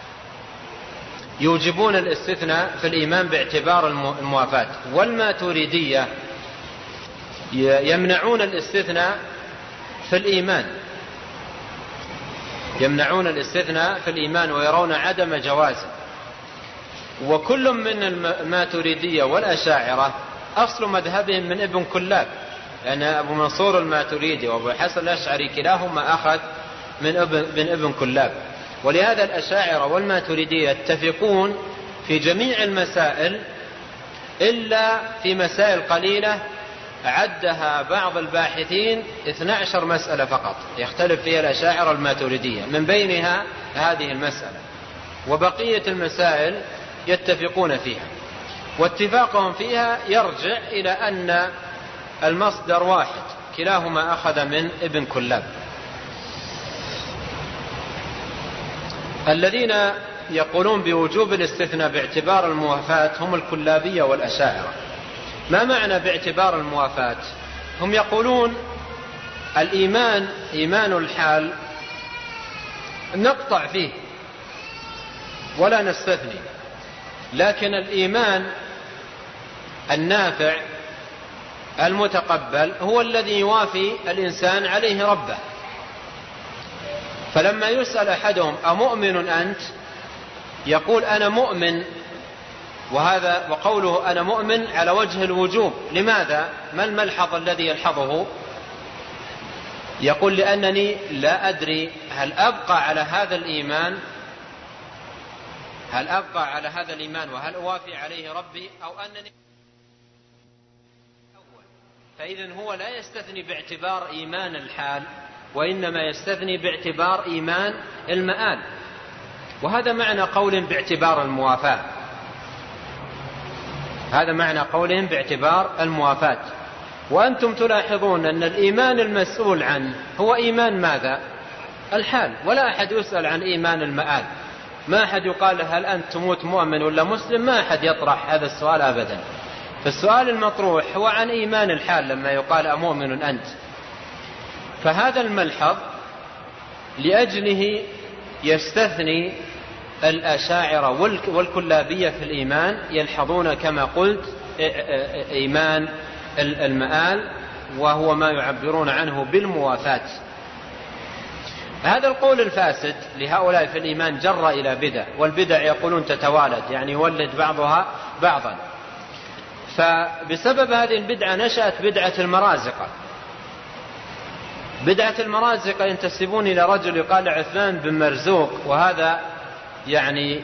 يوجبون الاستثناء في الإيمان باعتبار الموافاة، والماتريدية يمنعون الاستثناء في الإيمان، يمنعون الاستثناء في الإيمان ويرون عدم جوازه. وكل من الماتريدية والأشاعرة أصل مذهبهم من ابن كلاب، لأن يعني أبو منصور الماتريدي وأبو حسن الأشعري كلاهما أخذ من ابن, من ابن كلاب. ولهذا الأشاعرة والماتريدية يتفقون في جميع المسائل إلا في مسائل قليلة عدها بعض الباحثين اثنى عشر مسألة فقط يختلف فيها الأشاعرة الماتريدية، من بينها هذه المسألة، وبقية المسائل يتفقون فيها. واتفاقهم فيها يرجع إلى أن المصدر واحد، كلاهما أخذ من ابن كلاب. الذين يقولون بوجوب الاستثناء باعتبار الموافاة هم الكلابية والأشاعرة. ما معنى باعتبار الموافاة؟ هم يقولون الإيمان إيمان الحال نقطع فيه ولا نستثني، لكن الإيمان النافع المتقبل هو الذي يوافي الإنسان عليه ربه. فلما يسأل أحدهم أمؤمن أنت؟ يقول أنا مؤمن، وهذا وقوله أنا مؤمن على وجه الوجوب. لماذا؟ ما الملحظ الذي يلحظه؟ يقول لأنني لا أدري هل أبقى على هذا الإيمان هل أبقى على هذا الإيمان وهل أوافي عليه ربي، أو أنني أول. فإذن هو لا يستثني باعتبار إيمان الحال، وإنما يستثني باعتبار إيمان المآل. وهذا معنى قولهم باعتبار الموافاة، هذا معنى قولهم باعتبار الموافاة. وأنتم تلاحظون أن الإيمان المسؤول عنه هو إيمان ماذا؟ الحال، ولا أحد يسأل عن إيمان المآل. ما أحد يقال هل أنت تموت مؤمن ولا مسلم، ما أحد يطرح هذا السؤال أبدا. فالسؤال المطروح هو عن إيمان الحال لما يقال أمؤمن أنت. فهذا الملحظ لأجله يستثني الأشاعرة والكلابية في الإيمان يلحظون كما قلت إيمان المآل، وهو ما يعبرون عنه بالموافاة. هذا القول الفاسد لهؤلاء في الإيمان جر إلى بدع، والبدع يقولون تتوالد، يعني يولد بعضها بعضا. فبسبب هذه البدعة نشأت بدعة المرازقة. بدعة المرازقة ينتسبون إلى رجل يقال عثمان بن مرزوق، وهذا يعني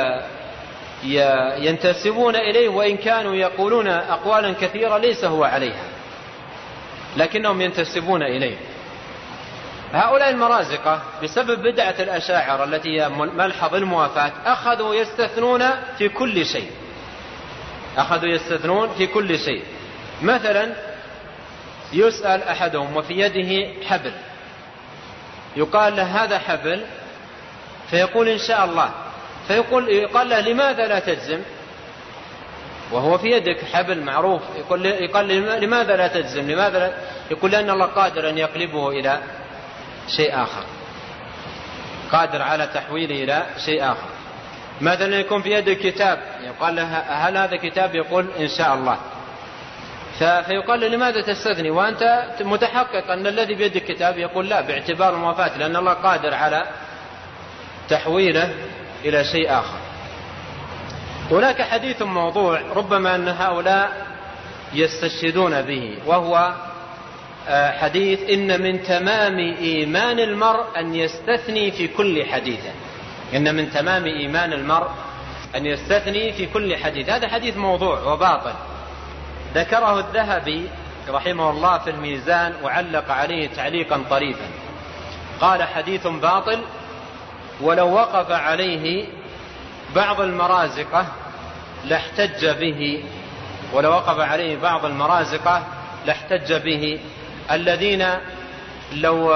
ينتسبون إليه وإن كانوا يقولون أقوالا كثيرة ليس هو عليها، لكنهم ينتسبون إليه. هؤلاء المرازقة بسبب بدعة الأشاعرة التي هي ملحظ الموافاة أخذوا يستثنون في كل شيء، أخذوا يستثنون في كل شيء. مثلا يسأل أحدهم وفي يده حبل، يقال له هذا حبل، فيقول إن شاء الله، فيقول يقال له لماذا لا تجزم وهو في يدك حبل معروف؟ يقول, يقال لماذا لا تجزم؟ لماذا لا؟ يقول لأن الله قادر أن يقلبه إلى شيء آخر، قادر على تحويله إلى شيء آخر. مثلا يكون في يدك كتاب، يقال له هل هذا كتاب؟ يقول إن شاء الله. فيقال له لماذا تستثني وأنت متحقق أن الذي بيدك كتاب؟ يقول لا، باعتبار الموافاة، لأن الله قادر على تحويله إلى شيء آخر. هناك حديث موضوع ربما أن هؤلاء يستشهدون به، وهو حديث إن من تمام إيمان المرء أن يستثني في كل حديث. إن من تمام إيمان المرء أن يستثني في كل حديث. هذا حديث موضوع وباطل، ذكره الذهبي رحمه الله في الميزان وعلق عليه تعليقا طريفا، قال حديث باطل ولو وقف عليه بعض المرازقة لاحتج به، ولو وقف عليه بعض المرازقة لاحتج به، الذين لو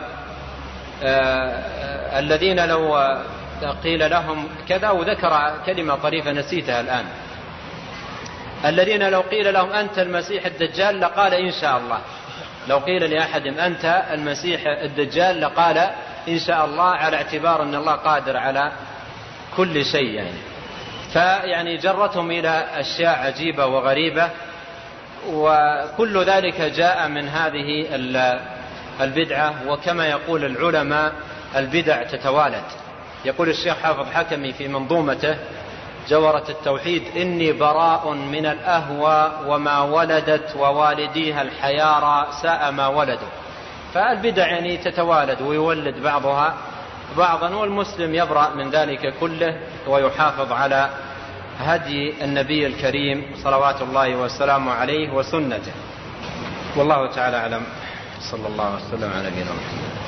آه الذين لو قيل لهم كذا، وذكر كلمة طريفة نسيتها الآن، الذين لو قيل لهم أنت المسيح الدجال لقال إن شاء الله. لو قيل لأحد أنت المسيح الدجال لقال إن شاء الله، على اعتبار أن الله قادر على كل شيء يعني. فيعني جرتهم إلى أشياء عجيبة وغريبة، وكل ذلك جاء من هذه البدعة. وكما يقول العلماء البدع تتوالد. يقول الشيخ حافظ حكمي في منظومته جورة التوحيد: إني براء من الأهوى وما ولدت ووالديها الحيارى ساء ما ولدوا. فالبدع يعني تتوالد ويولد بعضها بعضا، والمسلم يبرأ من ذلك كله ويحافظ على هدي النبي الكريم صلوات الله وسلامه عليه وسنته. والله تعالى أعلم. صلى الله وسلم على نبينا محمد.